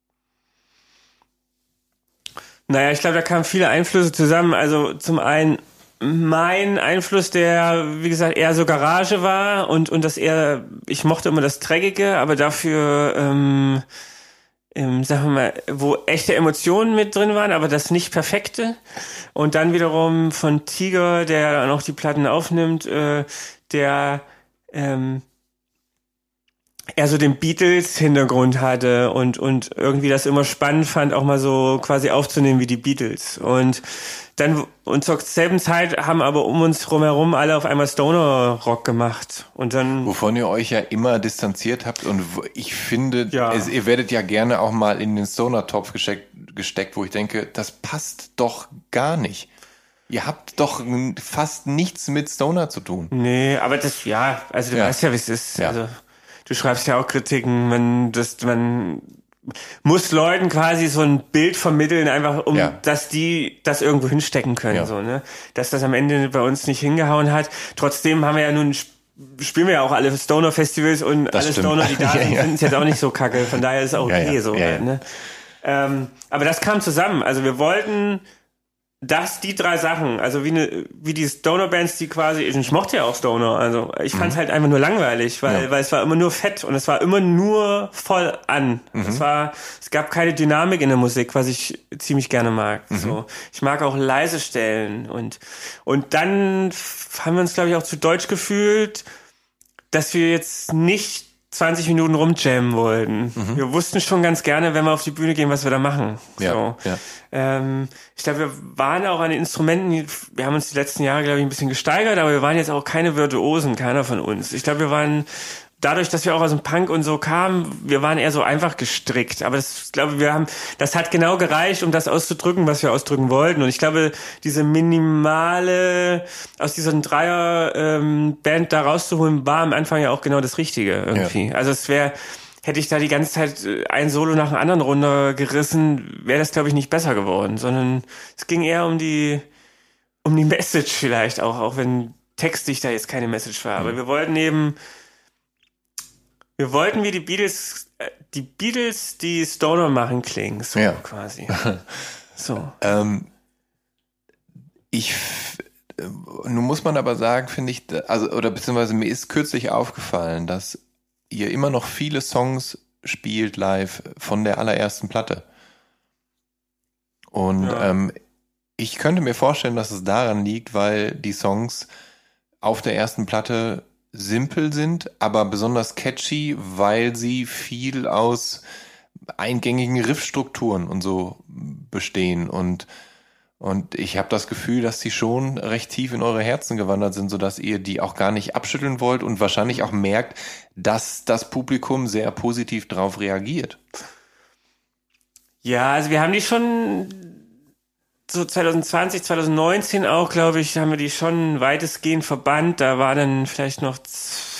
Naja, ich glaube, da kamen viele Einflüsse zusammen. Also zum einen mein Einfluss, der, wie gesagt, eher so Garage war und und das eher, ich mochte immer das Dreckige, aber dafür, ähm, ähm, sagen wir mal, wo echte Emotionen mit drin waren, aber das nicht Perfekte. Und dann wiederum von Tiger, der dann auch die Platten aufnimmt, äh, der ähm, er so den Beatles-Hintergrund hatte und und irgendwie das immer spannend fand, auch mal so quasi aufzunehmen wie die Beatles. Und dann, und zur selben Zeit haben aber um uns drumherum alle auf einmal Stoner-Rock gemacht. Und dann... Wovon ihr euch ja immer distanziert habt und ich finde, ja. es, ihr werdet ja gerne auch mal in den Stoner-Topf gesteckt, gesteckt, wo ich denke, das passt doch gar nicht. Ihr habt doch fast nichts mit Stoner zu tun. Nee, aber das, ja, also du ja. weißt ja, wie es ist. Ja. Also du schreibst ja auch Kritiken, man, das, man muss Leuten quasi so ein Bild vermitteln, einfach um, ja. dass die das irgendwo hinstecken können, ja. so, ne? Dass das am Ende bei uns nicht hingehauen hat. Trotzdem haben wir ja nun, spielen wir ja auch alle Stoner-Festivals und das alle stimmt. Stoner, die da sind, ja, ja. finden es jetzt auch nicht so kacke. Von daher ist es auch okay, ja, ja. so, ja, ja. ne? Ähm, aber das kam zusammen. Also wir wollten, dass die drei Sachen, also wie eine, wie die Stoner-Bands, die quasi, ich mochte ja auch Stoner, also ich fand es mhm. halt einfach nur langweilig, weil, ja. weil es war immer nur fett und es war immer nur voll an. Mhm. Es war, es gab keine Dynamik in der Musik, was ich ziemlich gerne mag. Mhm. So, ich mag auch leise Stellen und, und dann haben wir uns, glaube ich, auch zu deutsch gefühlt, dass wir jetzt nicht zwanzig Minuten rumjammen wollten. Mhm. Wir wussten schon ganz gerne, wenn wir auf die Bühne gehen, was wir da machen. Ja, so. ja. Ähm, ich glaube, wir waren auch an den Instrumenten, wir haben uns die letzten Jahre, glaube ich, ein bisschen gesteigert, aber wir waren jetzt auch keine Virtuosen, keiner von uns. Ich glaube, wir waren, dadurch, dass wir auch aus dem Punk und so kamen, wir waren eher so einfach gestrickt. Aber das, ich glaube, wir haben, das hat genau gereicht, um das auszudrücken, was wir ausdrücken wollten. Und ich glaube, diese minimale, aus dieser Dreier-Band ähm, da rauszuholen, war am Anfang ja auch genau das Richtige irgendwie. Ja. Also es wäre, hätte ich da die ganze Zeit ein Solo nach dem anderen runtergerissen, wäre das, glaube ich, nicht besser geworden. Sondern es ging eher um die, um die Message vielleicht auch, auch wenn textlich da jetzt keine Message war. Mhm. Aber wir wollten eben, Wir wollten wie die Beatles, die Beatles, die Stoner machen, klingen, so ja. quasi. So. ähm, ich, nun muss man aber sagen, finde ich, also, oder beziehungsweise mir ist kürzlich aufgefallen, dass ihr immer noch viele Songs spielt live von der allerersten Platte. Und ja. ähm, ich könnte mir vorstellen, dass es daran liegt, weil die Songs auf der ersten Platte simpel sind, aber besonders catchy, weil sie viel aus eingängigen Riffstrukturen und so bestehen und und ich habe das Gefühl, dass sie schon recht tief in eure Herzen gewandert sind, sodass ihr die auch gar nicht abschütteln wollt und wahrscheinlich auch merkt, dass das Publikum sehr positiv drauf reagiert. Ja, also wir haben die schon so zwanzig zwanzig, zwanzig neunzehn auch, glaube ich, haben wir die schon weitestgehend verbannt. Da war dann vielleicht noch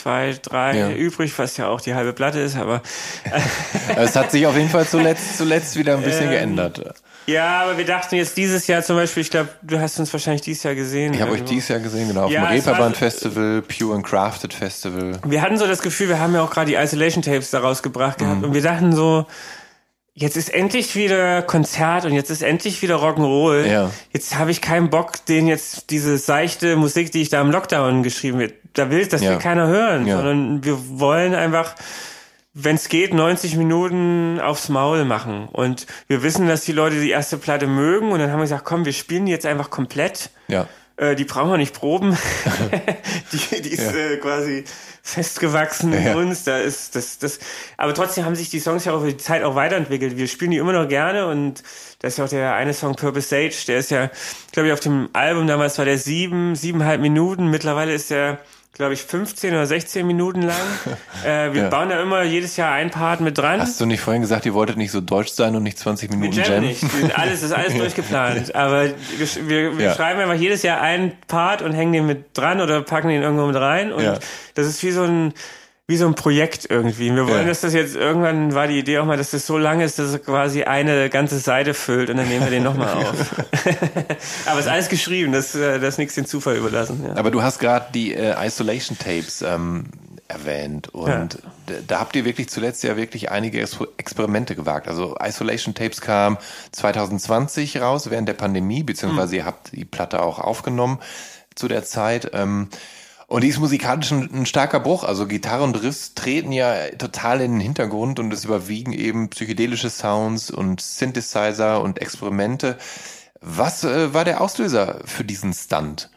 zwei, drei ja. übrig, was ja auch die halbe Platte ist, aber es hat sich auf jeden Fall zuletzt, zuletzt wieder ein bisschen ähm, geändert. Ja, aber wir dachten jetzt dieses Jahr zum Beispiel, ich glaube, du hast uns wahrscheinlich dieses Jahr gesehen. Ich habe euch dieses Jahr gesehen, genau, auf ja, dem Reeperbahn Festival, Pure and Crafted Festival. Wir hatten so das Gefühl, wir haben ja auch gerade die Isolation Tapes da rausgebracht gehabt mhm. und wir dachten so, jetzt ist endlich wieder Konzert und jetzt ist endlich wieder Rock'n'Roll. Ja. Jetzt habe ich keinen Bock, den jetzt diese seichte Musik, die ich da im Lockdown geschrieben habe, da will, das ja. will keiner hören, ja. sondern wir wollen einfach, wenn es geht, neunzig Minuten aufs Maul machen. Und wir wissen, dass die Leute die erste Platte mögen und dann haben wir gesagt, komm, wir spielen die jetzt einfach komplett. Ja. Äh, die brauchen wir nicht proben. die, die ist ja. äh, quasi festgewachsen in ja. uns. Da ist das, das. Aber trotzdem haben sich die Songs ja auch über die Zeit auch weiterentwickelt. Wir spielen die immer noch gerne und da ist ja auch der eine Song Purple Sage, der ist ja, glaube ich, auf dem Album damals war der sieben, siebeneinhalb Minuten. Mittlerweile ist der, glaube ich, fünfzehn oder sechzehn Minuten lang. äh, wir ja. bauen da immer jedes Jahr ein Part mit dran. Hast du nicht vorhin gesagt, ihr wolltet nicht so deutsch sein und nicht zwanzig Minuten wir jammen? nicht. Alles, das ist alles durchgeplant. Aber wir, wir, wir ja. schreiben einfach jedes Jahr einen Part und hängen den mit dran oder packen den irgendwo mit rein. Und ja. das ist wie so ein, wie so ein Projekt irgendwie. Wir wollen, ja. dass das jetzt, irgendwann war die Idee auch mal, dass das so lang ist, dass es quasi eine ganze Seite füllt und dann nehmen wir den nochmal auf. Aber es ist alles geschrieben, das, das ist nichts dem Zufall überlassen. Ja. Aber du hast gerade die äh, Isolation Tapes ähm, erwähnt und ja. da, da habt ihr wirklich zuletzt ja wirklich einige Exper- Experimente gewagt. Also Isolation Tapes kam zwanzig zwanzig raus während der Pandemie, beziehungsweise mhm. ihr habt die Platte auch aufgenommen zu der Zeit. Ähm, Und die ist musikalisch ein, ein starker Bruch. Also Gitarre und Riffs treten ja total in den Hintergrund und es überwiegen eben psychedelische Sounds und Synthesizer und Experimente. Was äh, war der Auslöser für diesen Stunt?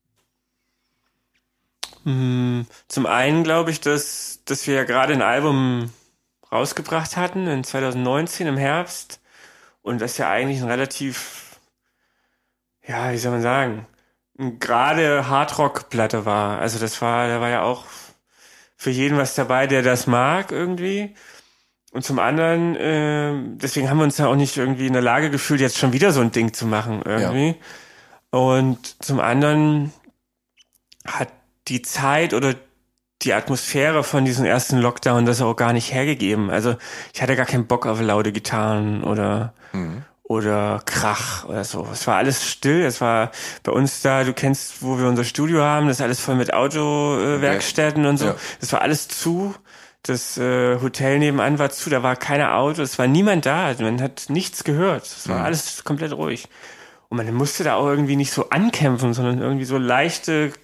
Zum einen glaube ich, dass, dass wir ja gerade ein Album rausgebracht hatten in zwanzig neunzehn im Herbst und das ja eigentlich ein relativ, ja, wie soll man sagen, gerade Hardrock-Platte war. Also das war, da war ja auch für jeden was dabei, der das mag irgendwie. Und zum anderen, äh, deswegen haben wir uns ja auch nicht irgendwie in der Lage gefühlt, jetzt schon wieder so ein Ding zu machen irgendwie. Ja. Und zum anderen hat die Zeit oder die Atmosphäre von diesem ersten Lockdown das auch gar nicht hergegeben. Also ich hatte gar keinen Bock auf laute Gitarren oder mhm. oder Krach oder so. Es war alles still. Es war bei uns da, du kennst, wo wir unser Studio haben, das ist alles voll mit Autowerkstätten äh, und so. Ja. Das war alles zu. Das äh, Hotel nebenan war zu, da war keine Auto, es war niemand da. Man hat nichts gehört. Es war mhm. alles komplett ruhig. Und man musste da auch irgendwie nicht so ankämpfen, sondern irgendwie so leichte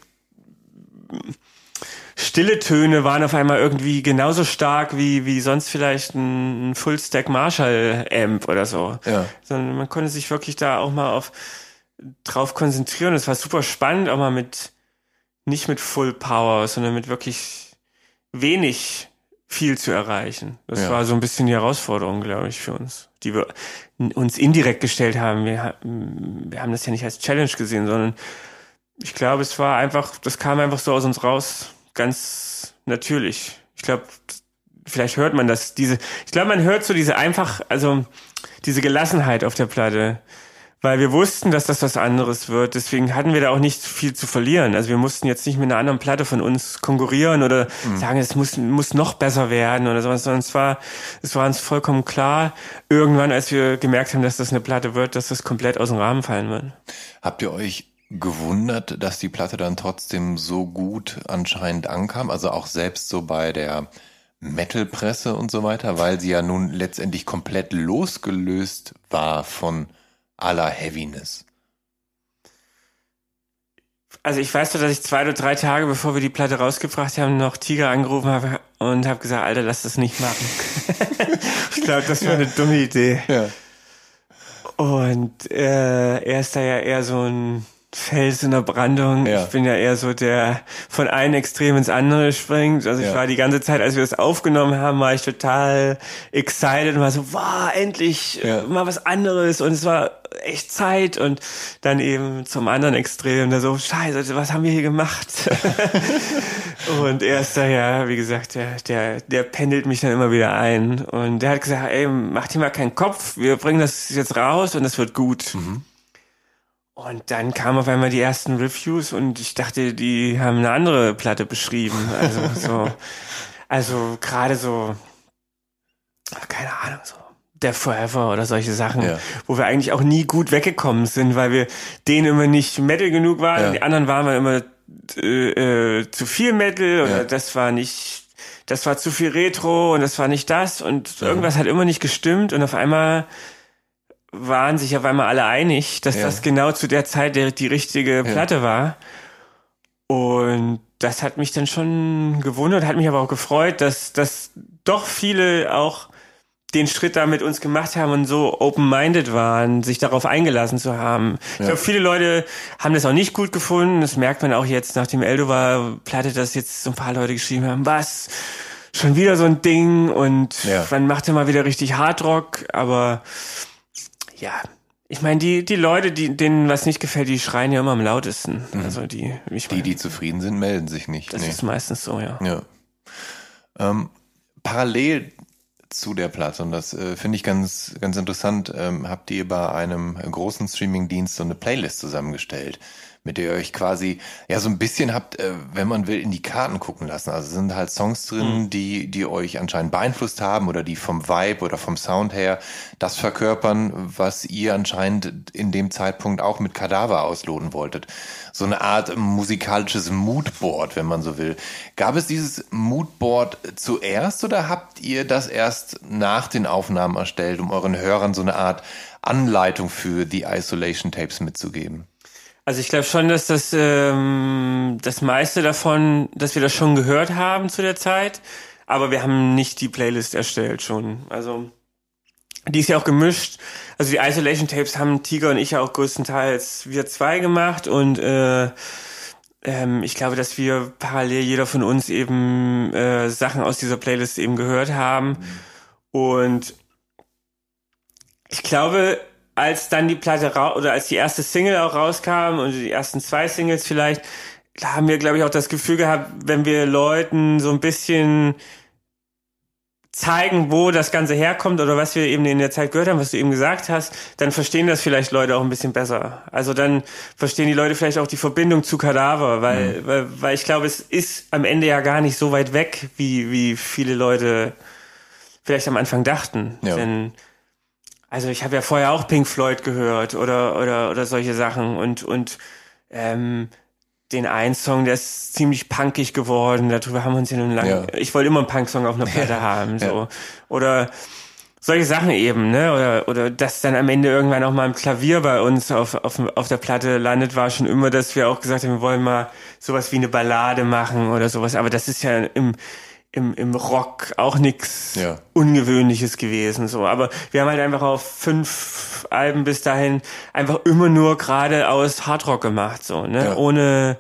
stille Töne waren auf einmal irgendwie genauso stark wie wie sonst vielleicht ein Full-Stack Marshall-Amp oder so. Ja. Sondern man konnte sich wirklich da auch mal auf drauf konzentrieren. Es war super spannend, auch mal mit nicht mit Full Power, sondern mit wirklich wenig viel zu erreichen. Das ja. war so ein bisschen die Herausforderung, glaube ich, für uns, die wir uns indirekt gestellt haben. Wir, wir haben das ja nicht als Challenge gesehen, sondern ich glaube, es war einfach, das kam einfach so aus uns raus, ganz natürlich. Ich glaube, vielleicht hört man das, diese, ich glaube, man hört so diese einfach, also diese Gelassenheit auf der Platte, weil wir wussten, dass das was anderes wird. Deswegen hatten wir da auch nicht viel zu verlieren. Also wir mussten jetzt nicht mit einer anderen Platte von uns konkurrieren oder mhm. sagen, es muss, muss noch besser werden oder sowas, sondern es war, es war uns vollkommen klar, irgendwann, als wir gemerkt haben, dass das eine Platte wird, dass das komplett aus dem Rahmen fallen wird. Habt ihr euch gewundert, dass die Platte dann trotzdem so gut anscheinend ankam, also auch selbst so bei der Metal-Presse und so weiter, weil sie ja nun letztendlich komplett losgelöst war von aller Heaviness? Also ich weiß doch, dass ich zwei oder drei Tage, bevor wir die Platte rausgebracht haben, noch Tiger angerufen habe und habe gesagt, Alter, lass das nicht machen. Ich glaube, das war eine dumme Idee. Ja. Und äh, er ist da ja eher so ein Fels in der Brandung. Ja. Ich bin ja eher so der von einem Extrem ins andere springt. Also ich ja. war die ganze Zeit, als wir das aufgenommen haben, war ich total excited und war so, wow, endlich ja. mal was anderes und es war echt Zeit und dann eben zum anderen Extrem, da so, scheiße, was haben wir hier gemacht? Und er ist da ja, wie gesagt, der, der, der pendelt mich dann immer wieder ein und der hat gesagt, ey, mach dir mal keinen Kopf, wir bringen das jetzt raus und es wird gut. Mhm. Und dann kamen auf einmal die ersten Reviews und ich dachte, die haben eine andere Platte beschrieben. Also so, also gerade so, keine Ahnung, so Death Forever oder solche Sachen, ja. wo wir eigentlich auch nie gut weggekommen sind, weil wir denen immer nicht Metal genug waren. Ja. Die anderen waren wir immer äh, äh, zu viel Metal oder ja. das war nicht, das war zu viel Retro und das war nicht das und ja. irgendwas hat immer nicht gestimmt und auf einmal waren sich auf einmal alle einig, dass ja. das genau zu der Zeit der, die richtige Platte ja. war. Und das hat mich dann schon gewundert, hat mich aber auch gefreut, dass, dass doch viele auch den Schritt da mit uns gemacht haben und so open-minded waren, sich darauf eingelassen zu haben. Ja. Ich glaube, viele Leute haben das auch nicht gut gefunden. Das merkt man auch jetzt nach dem Eldova-Platte, dass jetzt so ein paar Leute geschrieben haben, was? Schon wieder so ein Ding und ja. man macht ja mal wieder richtig Hardrock, aber ja, ich meine, die die Leute, die denen was nicht gefällt, die schreien ja immer am lautesten. Mhm. Also die, ich mein, die, die zufrieden sind, melden sich nicht. Das nee. ist meistens so, ja. Ja. Ähm, parallel zu der Platte, und das äh, finde ich ganz ganz interessant, ähm, habt ihr bei einem großen Streaming-Dienst so eine Playlist zusammengestellt, mit der ihr euch quasi ja so ein bisschen habt, äh, wenn man will, in die Karten gucken lassen. Also sind halt Songs drin, mhm. die die euch anscheinend beeinflusst haben oder die vom Vibe oder vom Sound her das verkörpern, was ihr anscheinend in dem Zeitpunkt auch mit Kadaver ausloten wolltet. So eine Art musikalisches Moodboard, wenn man so will. Gab es dieses Moodboard zuerst oder habt ihr das erst nach den Aufnahmen erstellt, um euren Hörern so eine Art Anleitung für die Isolation Tapes mitzugeben? Also ich glaube schon, dass das ähm, das meiste davon, dass wir das schon gehört haben zu der Zeit, aber wir haben nicht die Playlist erstellt schon. Also die ist ja auch gemischt. Also die Isolation Tapes haben Tiger und ich ja auch größtenteils wir zwei gemacht und äh, ähm, ich glaube, dass wir parallel jeder von uns eben äh, Sachen aus dieser Playlist eben gehört haben. Mhm. Und ich glaube, als dann die Platte ra- oder als die erste Single auch rauskam und die ersten zwei Singles vielleicht, da haben wir, glaube ich, auch das Gefühl gehabt, wenn wir Leuten so ein bisschen zeigen, wo das Ganze herkommt oder was wir eben in der Zeit gehört haben, was du eben gesagt hast, dann verstehen das vielleicht Leute auch ein bisschen besser. Also dann verstehen die Leute vielleicht auch die Verbindung zu Kadaver, weil, mhm. weil, weil ich glaube, es ist am Ende ja gar nicht so weit weg, wie, wie viele Leute vielleicht am Anfang dachten. Ja. Denn also ich habe ja vorher auch Pink Floyd gehört oder oder oder solche Sachen und und ähm, den einen Song, der ist ziemlich punkig geworden. Darüber haben wir uns ja nun lange. Ja. Ich wollte immer einen Punk-Song auf einer Platte ja. haben, so ja. oder solche Sachen eben, ne? Oder oder dass dann am Ende irgendwann auch mal ein Klavier bei uns auf auf auf der Platte landet, war schon immer, dass wir auch gesagt haben, wir wollen mal sowas wie eine Ballade machen oder sowas. Aber das ist ja im im im Rock auch nichts ja. Ungewöhnliches gewesen, so. Aber wir haben halt einfach auf fünf Alben bis dahin einfach immer nur gerade aus Hardrock gemacht, so, ne? Ja. Ohne,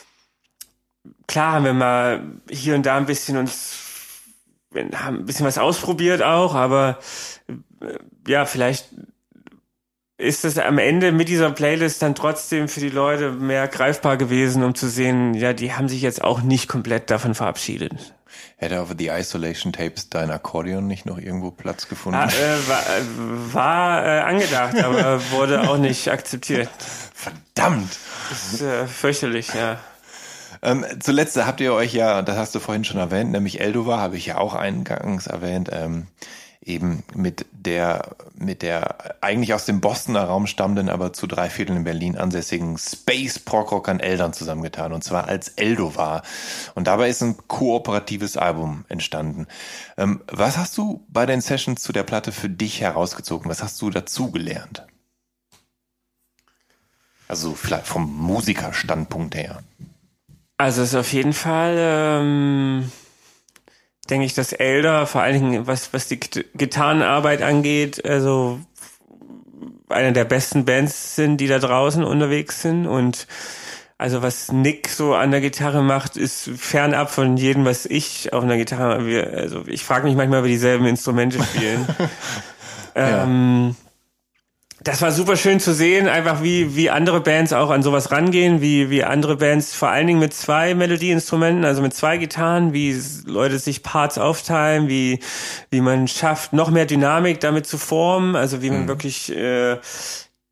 klar haben wir mal hier und da ein bisschen uns, wir haben ein bisschen was ausprobiert auch, aber ja, vielleicht ist es am Ende mit dieser Playlist dann trotzdem für die Leute mehr greifbar gewesen, um zu sehen, ja, die haben sich jetzt auch nicht komplett davon verabschiedet. Hätte auf die Isolation Tapes dein Akkordeon nicht noch irgendwo Platz gefunden? Ah, äh, war äh, war äh, angedacht, aber wurde auch nicht akzeptiert. Verdammt! Das ist äh, fürchterlich, ja. Ähm, zuletzt habt ihr euch ja, das hast du vorhin schon erwähnt, nämlich Eldova habe ich ja auch eingangs erwähnt, ähm, eben mit der, mit der eigentlich aus dem Bostoner Raum stammenden, aber zu drei Vierteln in Berlin ansässigen Space-Prog-Rockern Eldern zusammengetan, und zwar als Eldova. Und dabei ist ein kooperatives Album entstanden. Ähm, was hast du bei den Sessions zu der Platte für dich herausgezogen? Was hast du dazugelernt? Also vielleicht vom Musikerstandpunkt her. Also es ist auf jeden Fall, ähm denke ich, dass Elder, vor allen Dingen was was die Gitarrenarbeit angeht, also einer der besten Bands sind, die da draußen unterwegs sind. Und also was Nick so an der Gitarre macht, ist fernab von jedem, was ich auf einer Gitarre, also ich frage mich manchmal, ob wir dieselben Instrumente spielen. ja. ähm, Das war super schön zu sehen, einfach wie wie andere Bands auch an sowas rangehen, wie wie andere Bands vor allen Dingen mit zwei Melodieinstrumenten, also mit zwei Gitarren, wie Leute sich Parts aufteilen, wie wie man schafft, noch mehr Dynamik damit zu formen, also wie man mhm. wirklich äh,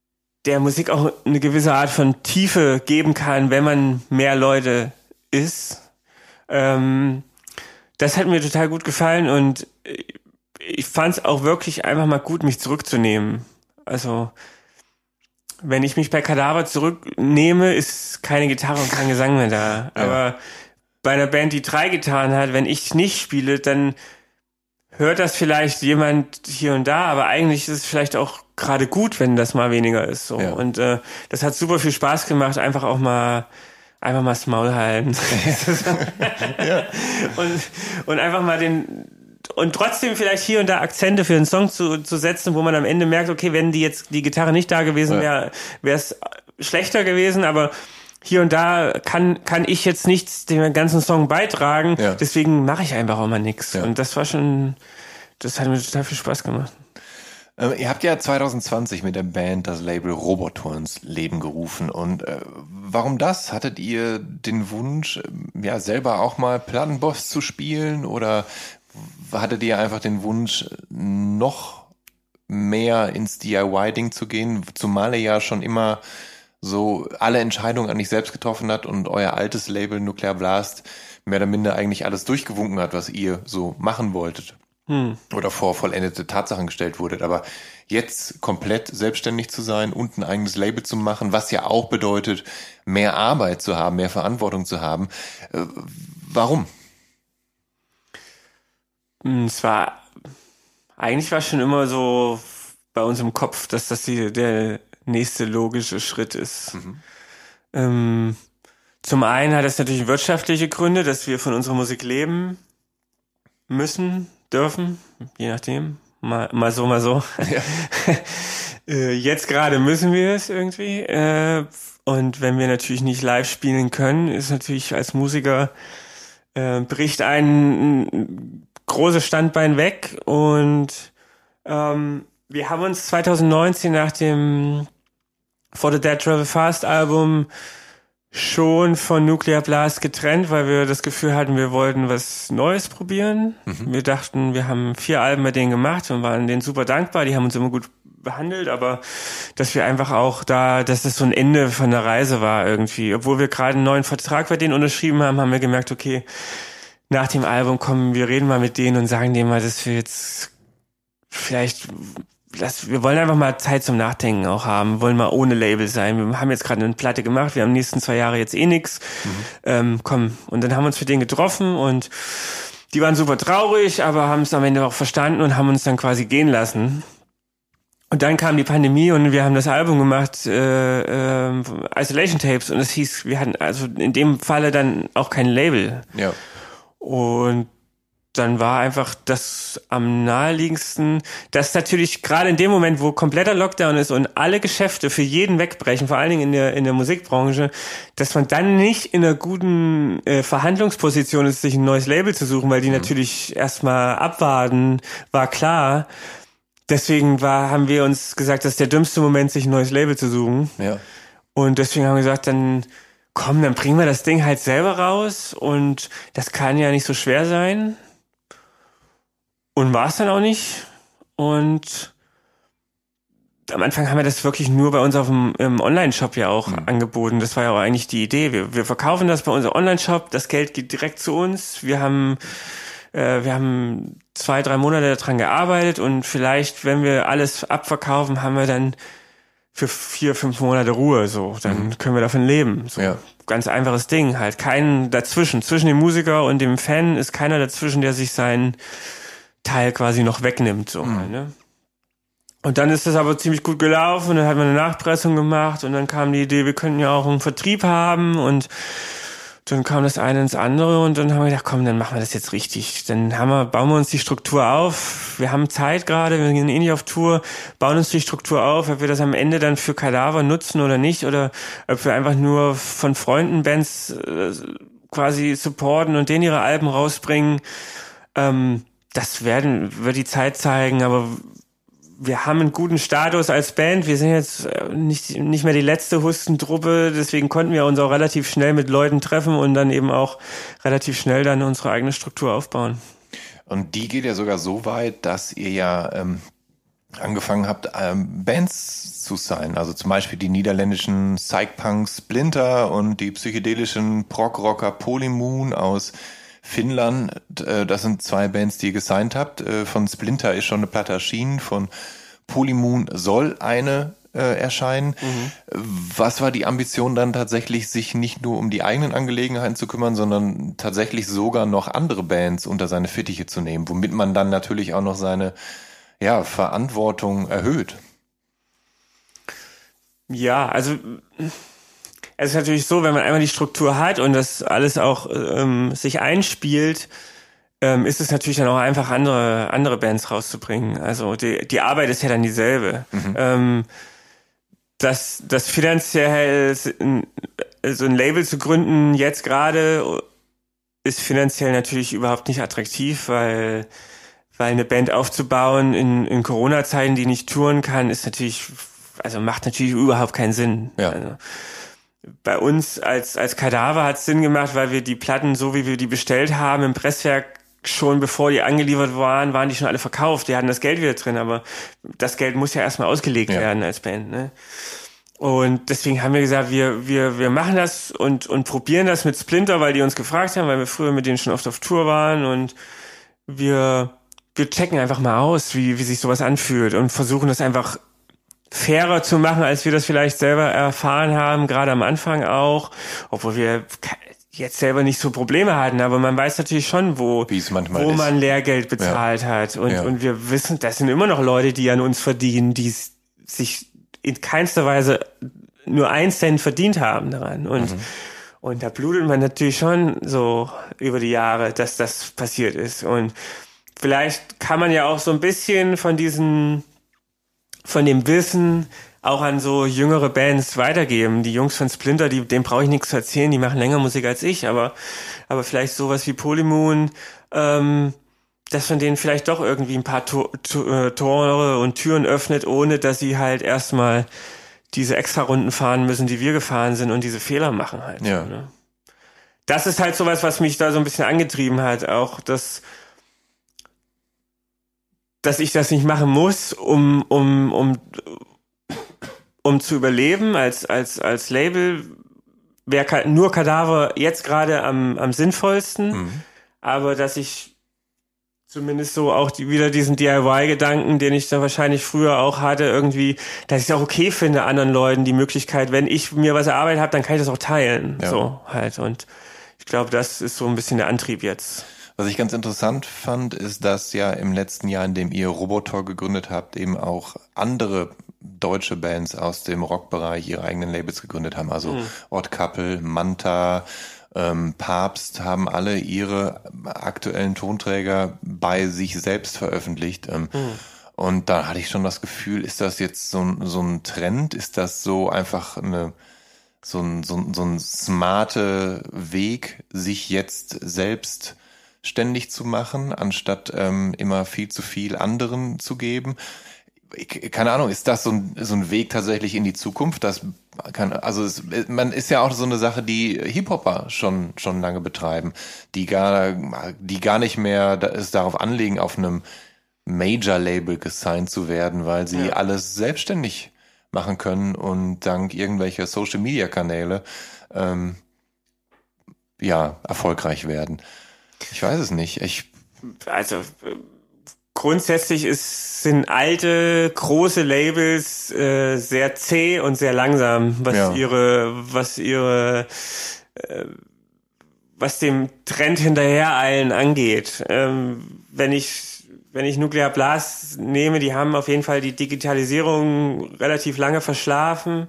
der Musik auch eine gewisse Art von Tiefe geben kann, wenn man mehr Leute ist. Ähm, das hat mir total gut gefallen und ich fand es auch wirklich einfach mal gut, mich zurückzunehmen. Also wenn ich mich bei Kadaver zurücknehme, ist keine Gitarre und kein Gesang mehr da. Ja. Aber bei einer Band, die drei Gitarren hat, wenn ich nicht spiele, dann hört das vielleicht jemand hier und da, aber eigentlich ist es vielleicht auch gerade gut, wenn das mal weniger ist. So. Ja. Und äh, das hat super viel Spaß gemacht, einfach auch mal einfach mal das Maul halten. Ja. und, und einfach mal den und trotzdem vielleicht hier und da Akzente für einen Song zu, zu setzen, wo man am Ende merkt, okay, wenn die jetzt die Gitarre nicht da gewesen wäre, wäre es schlechter gewesen, aber hier und da kann kann ich jetzt nichts dem ganzen Song beitragen, ja. Deswegen mache ich einfach auch mal nichts. Ja. Und das war schon, das hat mir total viel Spaß gemacht. Ähm, ihr habt ja zwanzig zwanzig mit der Band das Label Roboter ins Leben gerufen. Und äh, warum das? Hattet ihr den Wunsch, ja selber auch mal Plattenboss zu spielen? Oder hattet ihr einfach den Wunsch, noch mehr ins D I Y-Ding zu gehen? Zumal ihr ja schon immer so alle Entscheidungen eigentlich selbst getroffen hat und euer altes Label Nuclear Blast mehr oder minder eigentlich alles durchgewunken hat, was ihr so machen wolltet. Hm. Oder vor vollendete Tatsachen gestellt wurdet. Aber jetzt komplett selbstständig zu sein und ein eigenes Label zu machen, was ja auch bedeutet, mehr Arbeit zu haben, mehr Verantwortung zu haben. Äh, warum? Es war, eigentlich war schon immer so bei uns im Kopf, dass das die, der nächste logische Schritt ist. Mhm. Ähm, zum einen hat es natürlich wirtschaftliche Gründe, dass wir von unserer Musik leben müssen, dürfen, je nachdem, mal, mal so, mal so. Ja. äh, jetzt gerade müssen wir es irgendwie. Äh, und wenn wir natürlich nicht live spielen können, ist natürlich als Musiker äh, bricht ein, ein großes Standbein weg. Und ähm, wir haben uns zwanzig neunzehn nach dem For the Dead Travel Fast Album schon von Nuclear Blast getrennt, weil wir das Gefühl hatten, wir wollten was Neues probieren. Mhm. Wir dachten, wir haben vier Alben mit denen gemacht und waren denen super dankbar. Die haben uns immer gut behandelt, aber dass wir einfach auch da, dass das so ein Ende von der Reise war irgendwie. Obwohl wir gerade einen neuen Vertrag bei denen unterschrieben haben, haben wir gemerkt, okay, nach dem Album kommen, wir reden mal mit denen und sagen denen mal, dass wir jetzt vielleicht... Das, wir wollen einfach mal Zeit zum Nachdenken auch haben, wollen mal ohne Label sein. Wir haben jetzt gerade eine Platte gemacht, wir haben die nächsten zwei Jahre jetzt eh nix. Mhm. Ähm, komm, und dann haben wir uns für den getroffen und die waren super traurig, aber haben es am Ende auch verstanden und haben uns dann quasi gehen lassen. Und dann kam die Pandemie und wir haben das Album gemacht, äh, äh, Isolation Tapes, und es hieß, wir hatten also in dem Falle dann auch kein Label. Ja. Und dann war einfach das am naheliegendsten, dass natürlich gerade in dem Moment, wo kompletter Lockdown ist und alle Geschäfte für jeden wegbrechen, vor allen Dingen in der in der Musikbranche, dass man dann nicht in einer guten äh, Verhandlungsposition ist, sich ein neues Label zu suchen, weil die mhm. natürlich erstmal abwarten, war klar. Deswegen war, haben wir uns gesagt, das ist der dümmste Moment, sich ein neues Label zu suchen. Ja. Und deswegen haben wir gesagt, dann komm, dann bringen wir das Ding halt selber raus und das kann ja nicht so schwer sein. Und war es dann auch nicht. Und am Anfang haben wir das wirklich nur bei uns auf dem im Online-Shop ja auch mhm. angeboten. Das war ja auch eigentlich die Idee. Wir, wir verkaufen das bei unserem Online-Shop, das Geld geht direkt zu uns. Wir haben äh, wir haben zwei, drei Monate daran gearbeitet und vielleicht, wenn wir alles abverkaufen, haben wir dann für vier, fünf Monate Ruhe. So, dann mhm. können wir davon leben. So. Ja. Ganz einfaches Ding halt. Kein dazwischen. Zwischen dem Musiker und dem Fan ist keiner dazwischen, der sich seinen Teil quasi noch wegnimmt, so mhm. halt, ne? Und dann ist das aber ziemlich gut gelaufen und dann hat man eine Nachpressung gemacht und dann kam die Idee, wir könnten ja auch einen Vertrieb haben und dann kam das eine ins andere und dann haben wir gedacht, komm, dann machen wir das jetzt richtig. Dann haben wir, bauen wir uns die Struktur auf. Wir haben Zeit gerade, wir gehen eh nicht auf Tour, bauen uns die Struktur auf, ob wir das am Ende dann für Kadaver nutzen oder nicht oder ob wir einfach nur von Freunden Bands äh, quasi supporten und denen ihre Alben rausbringen. Ähm, Das werden, wird die Zeit zeigen, aber wir haben einen guten Status als Band. Wir sind jetzt nicht, nicht mehr die letzte Hustentruppe, deswegen konnten wir uns auch relativ schnell mit Leuten treffen und dann eben auch relativ schnell dann unsere eigene Struktur aufbauen. Und die geht ja sogar so weit, dass ihr ja ähm, angefangen habt, ähm, Bands zu sein. Also zum Beispiel die niederländischen Psych-Punk Splinter und die psychedelischen Prog-Rocker Polymoon aus Finnland. Äh, das sind zwei Bands, die ihr gesigned habt. Äh, von Splinter ist schon eine Platte erschienen, von Polymoon soll eine äh, erscheinen. Mhm. Was war die Ambition dann tatsächlich, sich nicht nur um die eigenen Angelegenheiten zu kümmern, sondern tatsächlich sogar noch andere Bands unter seine Fittiche zu nehmen, womit man dann natürlich auch noch seine ja, Verantwortung erhöht? Ja, also es ist natürlich so, wenn man einmal die Struktur hat und das alles auch ähm, sich einspielt, ähm, ist es natürlich dann auch einfach, andere andere Bands rauszubringen. Also die, die Arbeit ist ja dann dieselbe. Mhm. Ähm, das, das finanziell, so ein Label zu gründen jetzt gerade ist finanziell natürlich überhaupt nicht attraktiv, weil weil eine Band aufzubauen in, in Corona-Zeiten, die nicht touren kann, ist natürlich, also macht natürlich überhaupt keinen Sinn. Ja. Also bei uns als als Kadaver hat es Sinn gemacht, weil wir die Platten, so wie wir die bestellt haben, im Presswerk schon bevor die angeliefert waren, waren die schon alle verkauft. Die hatten das Geld wieder drin, aber das Geld muss ja erstmal ausgelegt ja. werden als Band, ne? Und deswegen haben wir gesagt, wir wir wir machen das und und probieren das mit Splinter, weil die uns gefragt haben, weil wir früher mit denen schon oft auf Tour waren und wir wir checken einfach mal aus, wie wie sich sowas anfühlt und versuchen das einfach fairer zu machen, als wir das vielleicht selber erfahren haben, gerade am Anfang auch, obwohl wir jetzt selber nicht so Probleme hatten, aber man weiß natürlich schon, wo, wie es manchmal wo ist. man Lehrgeld bezahlt ja. hat. Und, ja. und wir wissen, das sind immer noch Leute, die an uns verdienen, die sich in keinster Weise nur ein Cent verdient haben daran. Und, mhm. und da blutet man natürlich schon so über die Jahre, dass das passiert ist. Und vielleicht kann man ja auch so ein bisschen von diesen, von dem Wissen auch an so jüngere Bands weitergeben. Die Jungs von Splinter, die, denen brauche ich nichts zu erzählen, die machen länger Musik als ich, aber, aber vielleicht sowas wie Polymoon, ähm, dass man denen vielleicht doch irgendwie ein paar Tor, Tor, Tore und Türen öffnet, ohne dass sie halt erstmal diese Extra-Runden fahren müssen, die wir gefahren sind und diese Fehler machen halt. Ja. Ne? Das ist halt sowas, was mich da so ein bisschen angetrieben hat, auch das, dass ich das nicht machen muss, um, um, um, um zu überleben als, als, als Label, wäre nur Kadaver jetzt gerade am, am sinnvollsten, mhm. aber dass ich zumindest so auch die, wieder diesen D I Y-Gedanken, den ich da wahrscheinlich früher auch hatte, irgendwie, dass ich es auch okay finde, anderen Leuten die Möglichkeit, wenn ich mir was erarbeitet habe, dann kann ich das auch teilen, ja. so halt, und ich glaube, das ist so ein bisschen der Antrieb jetzt. Was ich ganz interessant fand, ist, dass ja im letzten Jahr, in dem ihr Robotor gegründet habt, eben auch andere deutsche Bands aus dem Rockbereich ihre eigenen Labels gegründet haben. Also mhm. Odd Couple, Manta, ähm, Papst haben alle ihre aktuellen Tonträger bei sich selbst veröffentlicht. Ähm, mhm. Und da hatte ich schon das Gefühl, ist das jetzt so ein, so ein Trend? Ist das so einfach eine so ein, so ein, so ein smarte Weg, sich jetzt selbst ständig zu machen, anstatt ähm, immer viel zu viel anderen zu geben? Ich, keine Ahnung, ist das so ein, so ein Weg tatsächlich in die Zukunft? Das kann, also es, man ist ja auch so eine Sache, die Hip-Hopper schon schon lange betreiben, die gar die gar nicht mehr es darauf anlegen, auf einem Major-Label gesigned zu werden, weil sie ja. alles selbstständig machen können und dank irgendwelcher Social-Media-Kanäle ähm, ja erfolgreich werden. Ich weiß es nicht. Ich also grundsätzlich ist, sind alte, große Labels äh, sehr zäh und sehr langsam, was ja. ihre, was ihre, äh, was dem Trend hinterhereilen angeht. Ähm, wenn ich, wenn ich Nuclear Blast nehme, die haben auf jeden Fall die Digitalisierung relativ lange verschlafen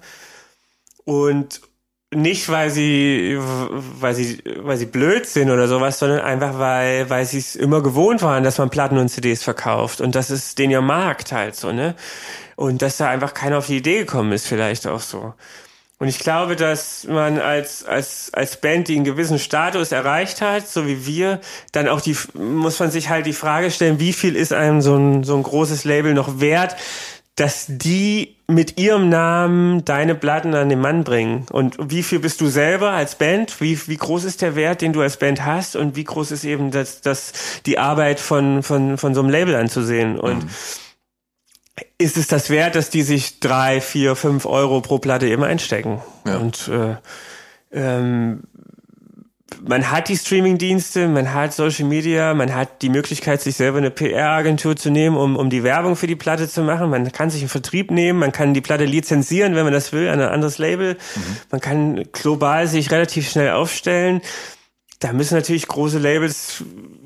und nicht, weil sie, weil sie, weil sie blöd sind oder sowas, sondern einfach, weil, weil sie es immer gewohnt waren, dass man Platten und C Ds verkauft. Und das ist den ihr Markt halt so, ne? Und dass da einfach keiner auf die Idee gekommen ist, vielleicht auch so. Und ich glaube, dass man als, als, als Band, die einen gewissen Status erreicht hat, so wie wir, dann auch die, muss man sich halt die Frage stellen, wie viel ist einem so ein, so ein großes Label noch wert, dass die mit ihrem Namen deine Platten an den Mann bringen. Und wie viel bist du selber als Band? Wie, wie groß ist der Wert, den du als Band hast? Und wie groß ist eben das, das, die Arbeit von, von, von so einem Label anzusehen? Und, mhm. ist es das wert, dass die sich drei, vier, fünf Euro pro Platte eben einstecken. Ja. Und äh, ähm, man hat die Streaming-Dienste, man hat Social Media, man hat die Möglichkeit, sich selber eine P R-Agentur zu nehmen, um um die Werbung für die Platte zu machen. Man kann sich einen Vertrieb nehmen, man kann die Platte lizenzieren, wenn man das will, an ein anderes Label. Mhm. Man kann global sich relativ schnell aufstellen. Da müssen natürlich große Labels,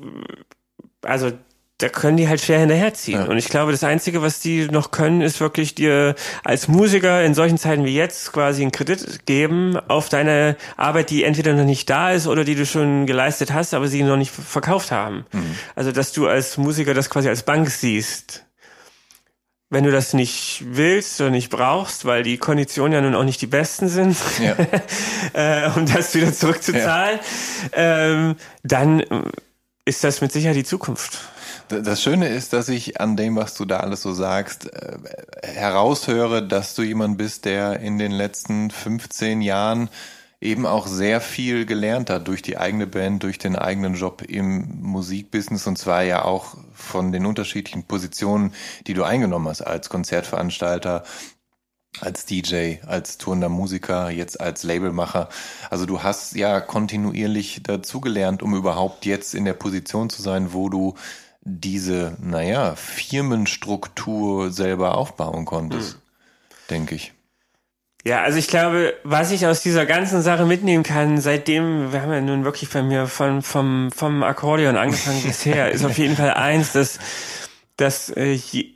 also da können die halt schwer hinterherziehen. Ja. Und ich glaube, das Einzige, was die noch können, ist wirklich dir als Musiker in solchen Zeiten wie jetzt quasi einen Kredit geben auf deine Arbeit, die entweder noch nicht da ist oder die du schon geleistet hast, aber sie noch nicht verkauft haben. Mhm. Also, dass du als Musiker das quasi als Bank siehst. Wenn du das nicht willst oder nicht brauchst, weil die Konditionen ja nun auch nicht die besten sind, ja. äh, um das wieder zurückzuzahlen, ja. ähm, dann ist das mit Sicherheit die Zukunft. Das Schöne ist, dass ich an dem, was du da alles so sagst, äh, heraushöre, dass du jemand bist, der in den letzten fünfzehn Jahren eben auch sehr viel gelernt hat durch die eigene Band, durch den eigenen Job im Musikbusiness, und zwar ja auch von den unterschiedlichen Positionen, die du eingenommen hast als Konzertveranstalter, als D J, als tourender Musiker, jetzt als Labelmacher. Also du hast ja kontinuierlich dazugelernt, um überhaupt jetzt in der Position zu sein, wo du diese, naja, Firmenstruktur selber aufbauen konntest, mhm. denke ich. Ja, also ich glaube, was ich aus dieser ganzen Sache mitnehmen kann, seitdem, wir haben ja nun wirklich bei mir von, vom, vom Akkordeon angefangen bisher, ist auf jeden Fall eins, dass, dass äh, je,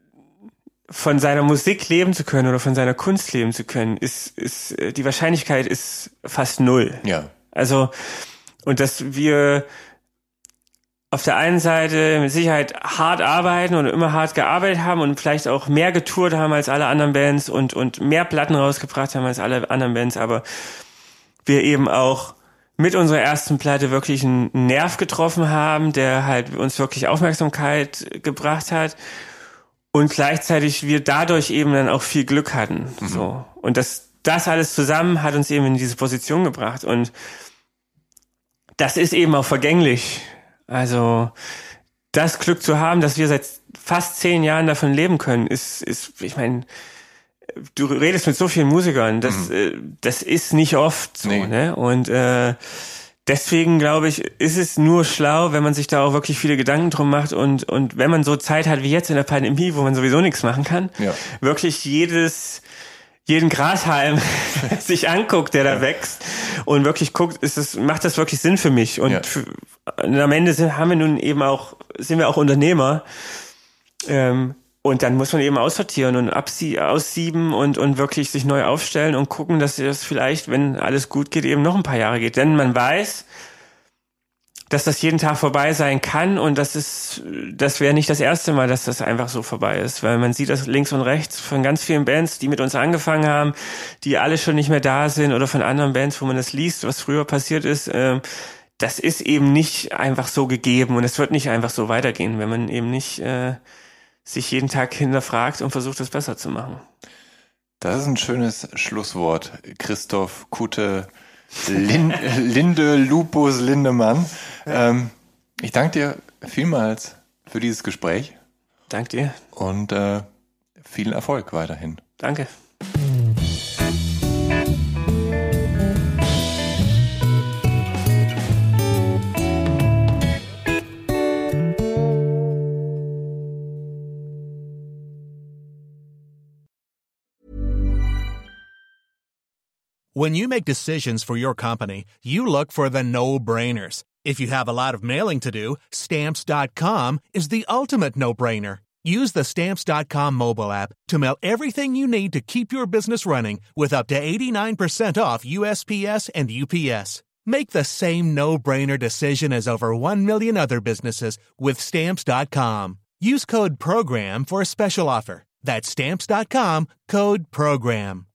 von seiner Musik leben zu können oder von seiner Kunst leben zu können, ist, ist, die Wahrscheinlichkeit ist fast null. Ja. Also, und dass wir auf der einen Seite mit Sicherheit hart arbeiten und immer hart gearbeitet haben und vielleicht auch mehr getourt haben als alle anderen Bands und und mehr Platten rausgebracht haben als alle anderen Bands, aber wir eben auch mit unserer ersten Platte wirklich einen Nerv getroffen haben, der halt uns wirklich Aufmerksamkeit gebracht hat und gleichzeitig wir dadurch eben dann auch viel Glück hatten. Mhm. So. Und das, das alles zusammen hat uns eben in diese Position gebracht, und das ist eben auch vergänglich. Also das Glück zu haben, dass wir seit fast zehn Jahren davon leben können, ist, ist, ich meine, du redest mit so vielen Musikern, das, mhm. das ist nicht oft so, nee. ne? Und äh, deswegen glaube ich, ist es nur schlau, wenn man sich da auch wirklich viele Gedanken drum macht und und wenn man so Zeit hat wie jetzt in der Pandemie, wo man sowieso nichts machen kann, ja. wirklich jedes jeden Grashalm sich anguckt, der da ja. wächst, und wirklich guckt, ist es, macht das wirklich Sinn für mich? Und, ja. für, und am Ende sind, haben wir nun eben auch, sind wir auch Unternehmer, ähm, und dann muss man eben aussortieren und absie- aussieben und, und wirklich sich neu aufstellen und gucken, dass das vielleicht, wenn alles gut geht, eben noch ein paar Jahre geht. Denn man weiß, dass das jeden Tag vorbei sein kann, und das ist, das wäre nicht das erste Mal, dass das einfach so vorbei ist, weil man sieht das links und rechts von ganz vielen Bands, die mit uns angefangen haben, die alle schon nicht mehr da sind, oder von anderen Bands, wo man das liest, was früher passiert ist. Das ist eben nicht einfach so gegeben, und es wird nicht einfach so weitergehen, wenn man eben nicht äh, sich jeden Tag hinterfragt und versucht, es besser zu machen. Das ist ein schönes Schlusswort, Christoph Kutte Lin- Linde Lupus Lindemann. Ähm, ich danke dir vielmals für dieses Gespräch. Danke dir. Und äh, viel Erfolg weiterhin. Danke. When you make decisions for your company, you look for the no-brainers. If you have a lot of mailing to do, Stamps dot com is the ultimate no-brainer. Use the Stamps dot com mobile app to mail everything you need to keep your business running with up to eighty-nine percent off U S P S and U P S. Make the same no-brainer decision as over one million other businesses with Stamps dot com. Use code PROGRAM for a special offer. That's Stamps dot com, code PROGRAM.